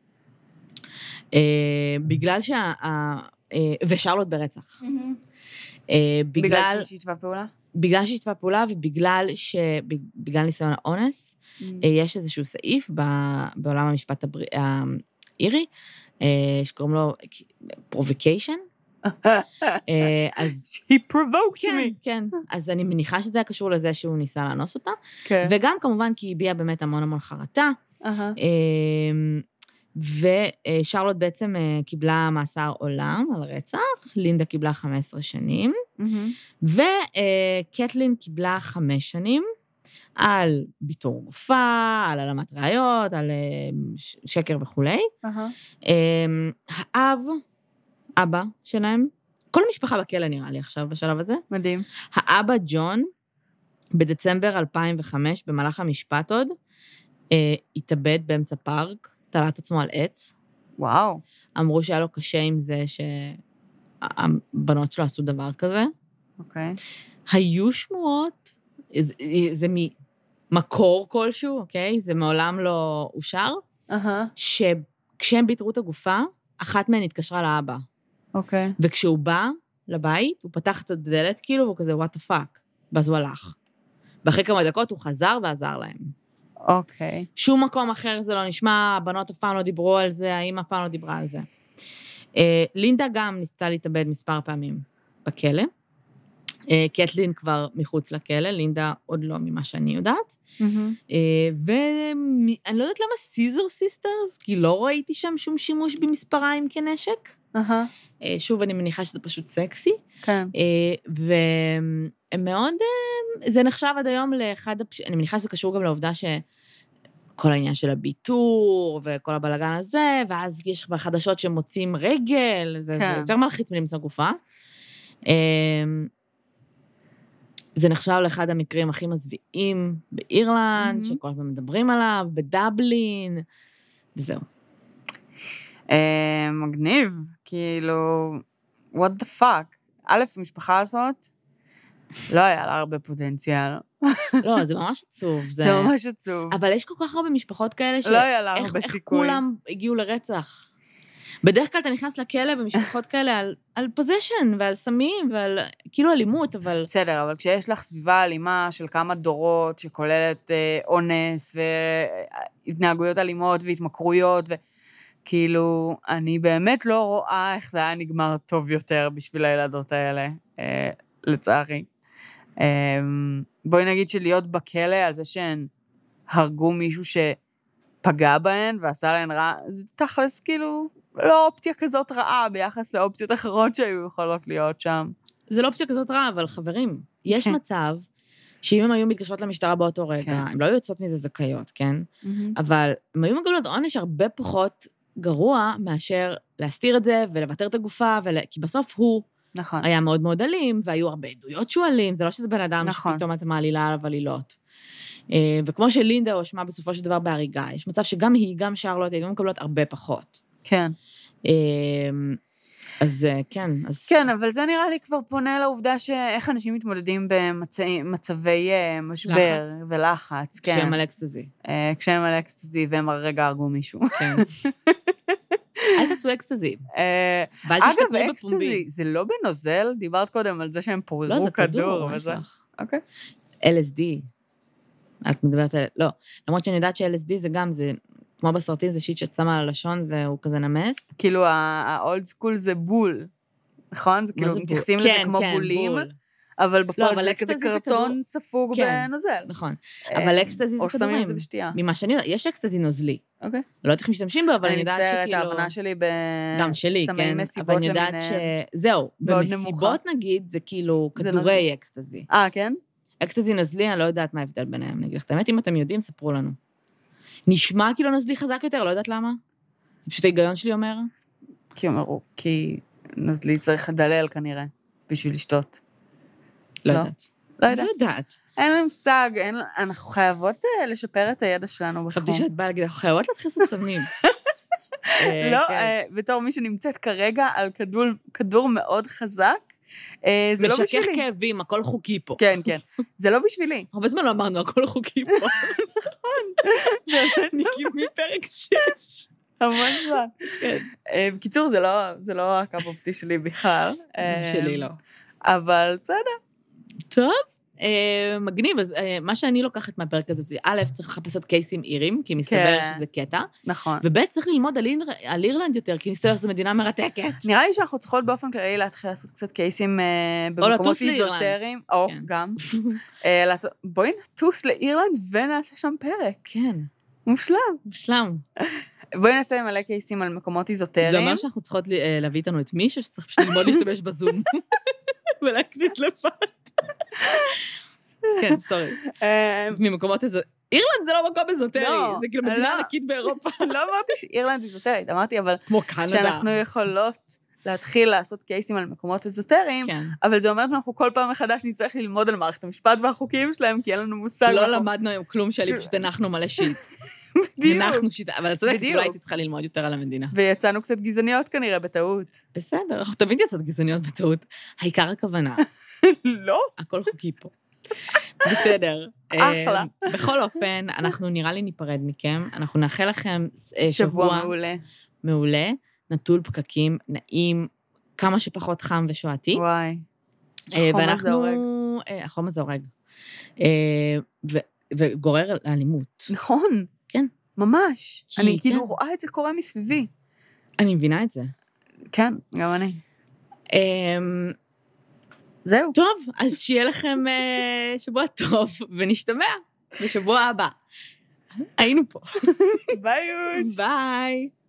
Speaker 1: בגלל שה... ושרלוט ברצח.
Speaker 2: Mm-hmm. בגלל... בגלל שהיא שיתפה פעולה?
Speaker 1: בגלל שהשתתפה פעולה, ובגלל ש... בגלל ניסיון האונס, mm. יש איזשהו סעיף בעולם המשפט האירי, שקוראים לו provocation.
Speaker 2: אז... He provoked
Speaker 1: כן,
Speaker 2: me.
Speaker 1: כן, אז אני מניחה שזה היה קשור לזה שהוא ניסה לאנוס אותה, okay. וגם כמובן כי היא הביאה באמת המון המון חרטה, uh-huh. ושרלוט בעצם קיבלה מאסר עולם על רצח, לינדה קיבלה חמש עשרה שנים, mm-hmm. וקטלין קיבלה חמש שנים על ביטור גופה, על העלמת ראיות, על שקר וכו'. Uh-huh. האב, אבא שלהם, כל משפחה בכלא נראה לי עכשיו בשלב הזה.
Speaker 2: מדהים.
Speaker 1: האבא ג'ון, בדצמבר אלפיים וחמש, במהלך המשפט עוד, התאבד באמצע פארק, תלת עצמו על עץ.
Speaker 2: וואו.
Speaker 1: אמרו שהיה לו קשה עם זה שהבנות שלו עשו דבר כזה.
Speaker 2: אוקיי.
Speaker 1: היו שמועות, זה ממקור כלשהו, אוקיי? זה מעולם לא אושר, שכשהם ביטרו את הגופה, אחת מהן התקשרה לאבא.
Speaker 2: אוקיי.
Speaker 1: וכשהוא בא לבית, הוא פתח את הדלת כאילו, והוא כזה, what the fuck. ואז הוא הלך. ואחרי כמה דקות הוא חזר ועזר להם.
Speaker 2: אוקיי.
Speaker 1: שום מקום אחר זה לא נשמע, הבנות אף פעם לא דיברו על זה, האמא אף פעם לא דיברה על זה. לינדה גם ניסתה להתאבד מספר פעמים בכלא, קטלין כבר מחוץ לכלא, לינדה עוד לא ממה שאני יודעת. ואני לא יודעת למה סיזר סיסטרס, כי לא ראיתי שם שום שימוש במספריים כנשק. שוב, אני מניחה שזה פשוט סקסי.
Speaker 2: כן.
Speaker 1: והם מאוד, זה נחשב עד היום לאחד, אני מניחה שזה קשור גם לעובדה ש... כל העניין של הביטור, וכל הבלגן הזה, ואז יש בחדשות שמוצאים רגל, זה, כן. זה יותר מלחיץ מלמצוא גופה. זה נחשב לאחד המקרים הכי מזוויעים באירלנד, mm-hmm. שכל הזמן מדברים עליו, בדבלין, וזהו.
Speaker 2: מגניב, כאילו, what the fuck? א', המשפחה הזאת, לא היה לה הרבה פוטנציאל.
Speaker 1: לא, זה ממש עצוב.
Speaker 2: זה ממש עצוב.
Speaker 1: אבל יש כל כך הרבה משפחות כאלה ש...
Speaker 2: לא היה לה הרבה סיכוי.
Speaker 1: איך כולם הגיעו לרצח. בדרך כלל אתה נכנס לכלא במשפחות כאלה על, על פוזיישן ועל סמים ועל כאילו אלימות, אבל...
Speaker 2: בסדר, אבל כשיש לך סביבה אלימה של כמה דורות שכוללת אה, אונס והתנהגויות אלימות והתמכרויות, וכאילו, אני באמת לא רואה איך זה היה נגמר טוב יותר בשביל הילדות האלה, אה, לצערי. אה, בואי נגיד שלהיות בכלא על זה שהן הרגו מישהו שפגע בהן ועשה להן רע, זה תכלס כאילו... לא אופציה כזאת רעה ביחס לאופציות אחרות שהיו יכולות להיות שם.
Speaker 1: זה לא אופציה כזאת רעה, אבל חברים, יש מצב שאם הם היו מתקשרות למשטרה באותו רגע, הם לא היו יוצאות מזה זכאיות, כן? אבל הם היו מגלות עונש הרבה פחות גרוע מאשר להסתיר את זה ולוותר את הגופה, כי בסוף הוא היה מאוד מאוד אלים, והיו הרבה עדויות שואלים, זה לא שזה בן אדם שפתאום אתה מעלילה עליו עלילות. וכמו שלינדה הואשמה בסופו של דבר בהריגה, יש מצב שגם היא, גם שרלוט, היו מקבלות הרבה פחות.
Speaker 2: כן.
Speaker 1: אז כן, אז...
Speaker 2: כן, אבל זה נראה לי כבר פונה לעובדה שאיך אנשים מתמודדים במצבי משבר ולחץ, כן.
Speaker 1: כשהם על אקסטזי.
Speaker 2: כשהם על אקסטזי, והם הרגע הרגו מישהו. כן.
Speaker 1: אל תעשו אקסטזי. ואל תשתכרו בפומבי.
Speaker 2: אגב, אקסטזי, זה לא בנוזל? דיברת קודם על זה שהם פוררו כדור.
Speaker 1: לא, זה כדור, מה שלך.
Speaker 2: אוקיי.
Speaker 1: אל אס די. את מדברת על... לא, למרות שאני יודעת ש-אל אס די זה גם, זה... כמו בסרטים, זה שיט שאת שמה על הלשון והוא כזה נמס.
Speaker 2: כאילו, האולד סקול זה בול, נכון? זה כאילו, מתייחסים לזה כמו בולים, אבל בפועל זה כזה קרטון ספוג בנוזל.
Speaker 1: נכון. אבל אקסטזי זה כדורים.
Speaker 2: או ששמים את זה בשתייה.
Speaker 1: ממה שאני יודעת, יש אקסטזי נוזלי.
Speaker 2: אוקיי.
Speaker 1: לא יודעת איך משתמשים בו, אבל אני יודעת שכאילו...
Speaker 2: אני מצטערת, ההבנה שלי
Speaker 1: גם שלי, כן. אבל אני יודעת ש... זהו, במסיבות נגיד, זה כאילו כדורי אקסטזי.
Speaker 2: אה, כן?
Speaker 1: אקסטזי נוזלי, אני לא יודעת מה ההבדל ביניהם. נגיד לך, האמת, אם אתם יודעים, ספרו לנו. נשמע כאילו נוזלי חזק יותר, לא יודעת למה. פשוט ההיגיון שלי אומר.
Speaker 2: כי אומרו, כי נוזלי צריך לדלל כנראה, בשביל לשתות.
Speaker 1: לא יודעת.
Speaker 2: לא יודעת. אין להם מושג, אנחנו חייבות לשפר את הידע שלנו בתחום.
Speaker 1: חשבתי שאת באה להגיד, אנחנו חייבות להתחיל לעשות סמים.
Speaker 2: לא, בתור מי שנמצאת כרגע על כדור מאוד חזק, זה לא בשבילי.
Speaker 1: משכך כאבים, הכל חוקי פה.
Speaker 2: כן, כן. זה לא בשבילי.
Speaker 1: הרבה זמן לא אמרנו, הכל חוקי פה. נכון. נקים מפרק שש.
Speaker 2: המון זמן. בקיצור, זה לא הקאפ אוף טי שלי בכלל.
Speaker 1: שלי לא.
Speaker 2: אבל בסדר.
Speaker 1: טוב. מגניב, אז מה שאני לוקחת מהפרק הזה, זה א', צריך לחפש עוד קייסים אירים, כי מסתבר שזה קטע.
Speaker 2: נכון.
Speaker 1: וב', צריך ללמוד על אירלנד יותר, כי מסתבר שזו מדינה מרתקת.
Speaker 2: נראה לי שאנחנו צריכות באופן כללי להתחיל לעשות קצת קייסים במקומות איזוטריים. או, גם. בואי נטוס לאירלנד ונעשה שם פרק.
Speaker 1: כן.
Speaker 2: מושלם.
Speaker 1: מושלם.
Speaker 2: בואי נעשה מלא קייסים על מקומות איזוטריים.
Speaker 1: זה אומר שאנחנו צריכות להביא איתנו את מישה, שצריך פשוט ללמוד להשתמש בזום. ולהקליט לבד. כן, סורי. ממקומות איזו... אירלנד זה לא מקום איזוטרי, זה כאילו מדינה ענקית באירופה.
Speaker 2: לא אמרתי שאירלנד איזוטרית, אמרתי אבל...
Speaker 1: כמו קנדה.
Speaker 2: שאנחנו יכולות להתחיל לעשות קייסים על מקומות איזוטריים, אבל זה אומר שאנחנו כל פעם מחדש נצטרך ללמוד על מערכת המשפט והחוקים שלהם, כי אין לנו מושג.
Speaker 1: לא למדנו היום כלום שלי, פשוט הנחנו מלא שיט. בדיוק. הנחנו שיט, אבל צודקת, אולי הייתי צריכה ללמוד יותר על המדינה.
Speaker 2: ויצאנו קצת גזעניות כנראה בטעות.
Speaker 1: בסדר, אנחנו תמיד יצאות גזעניות בטעות. העיקר הכוונה.
Speaker 2: לא.
Speaker 1: הכל חוקי פה. בסדר.
Speaker 2: אחלה.
Speaker 1: בכל אופן, אנחנו נראה לי ניפרד מכם. אנחנו נאחל לכם
Speaker 2: שבוע מעולה.
Speaker 1: מעולה, נטול פקקים, נעים, כמה שפחות חם ושועתי.
Speaker 2: וואי.
Speaker 1: ואנחנו לנו, החום הזה הורג. וגורר לאלימות.
Speaker 2: נכון.
Speaker 1: כן.
Speaker 2: ממש. אני כאילו רואה את זה קורה מסביבי.
Speaker 1: אני מבינה את זה.
Speaker 2: כן, גם אני. זהו.
Speaker 1: טוב, אז שיהיה לכם שבוע טוב, ונשתמע בשבוע הבא. היינו פה.
Speaker 2: ביי יוש.
Speaker 1: ביי.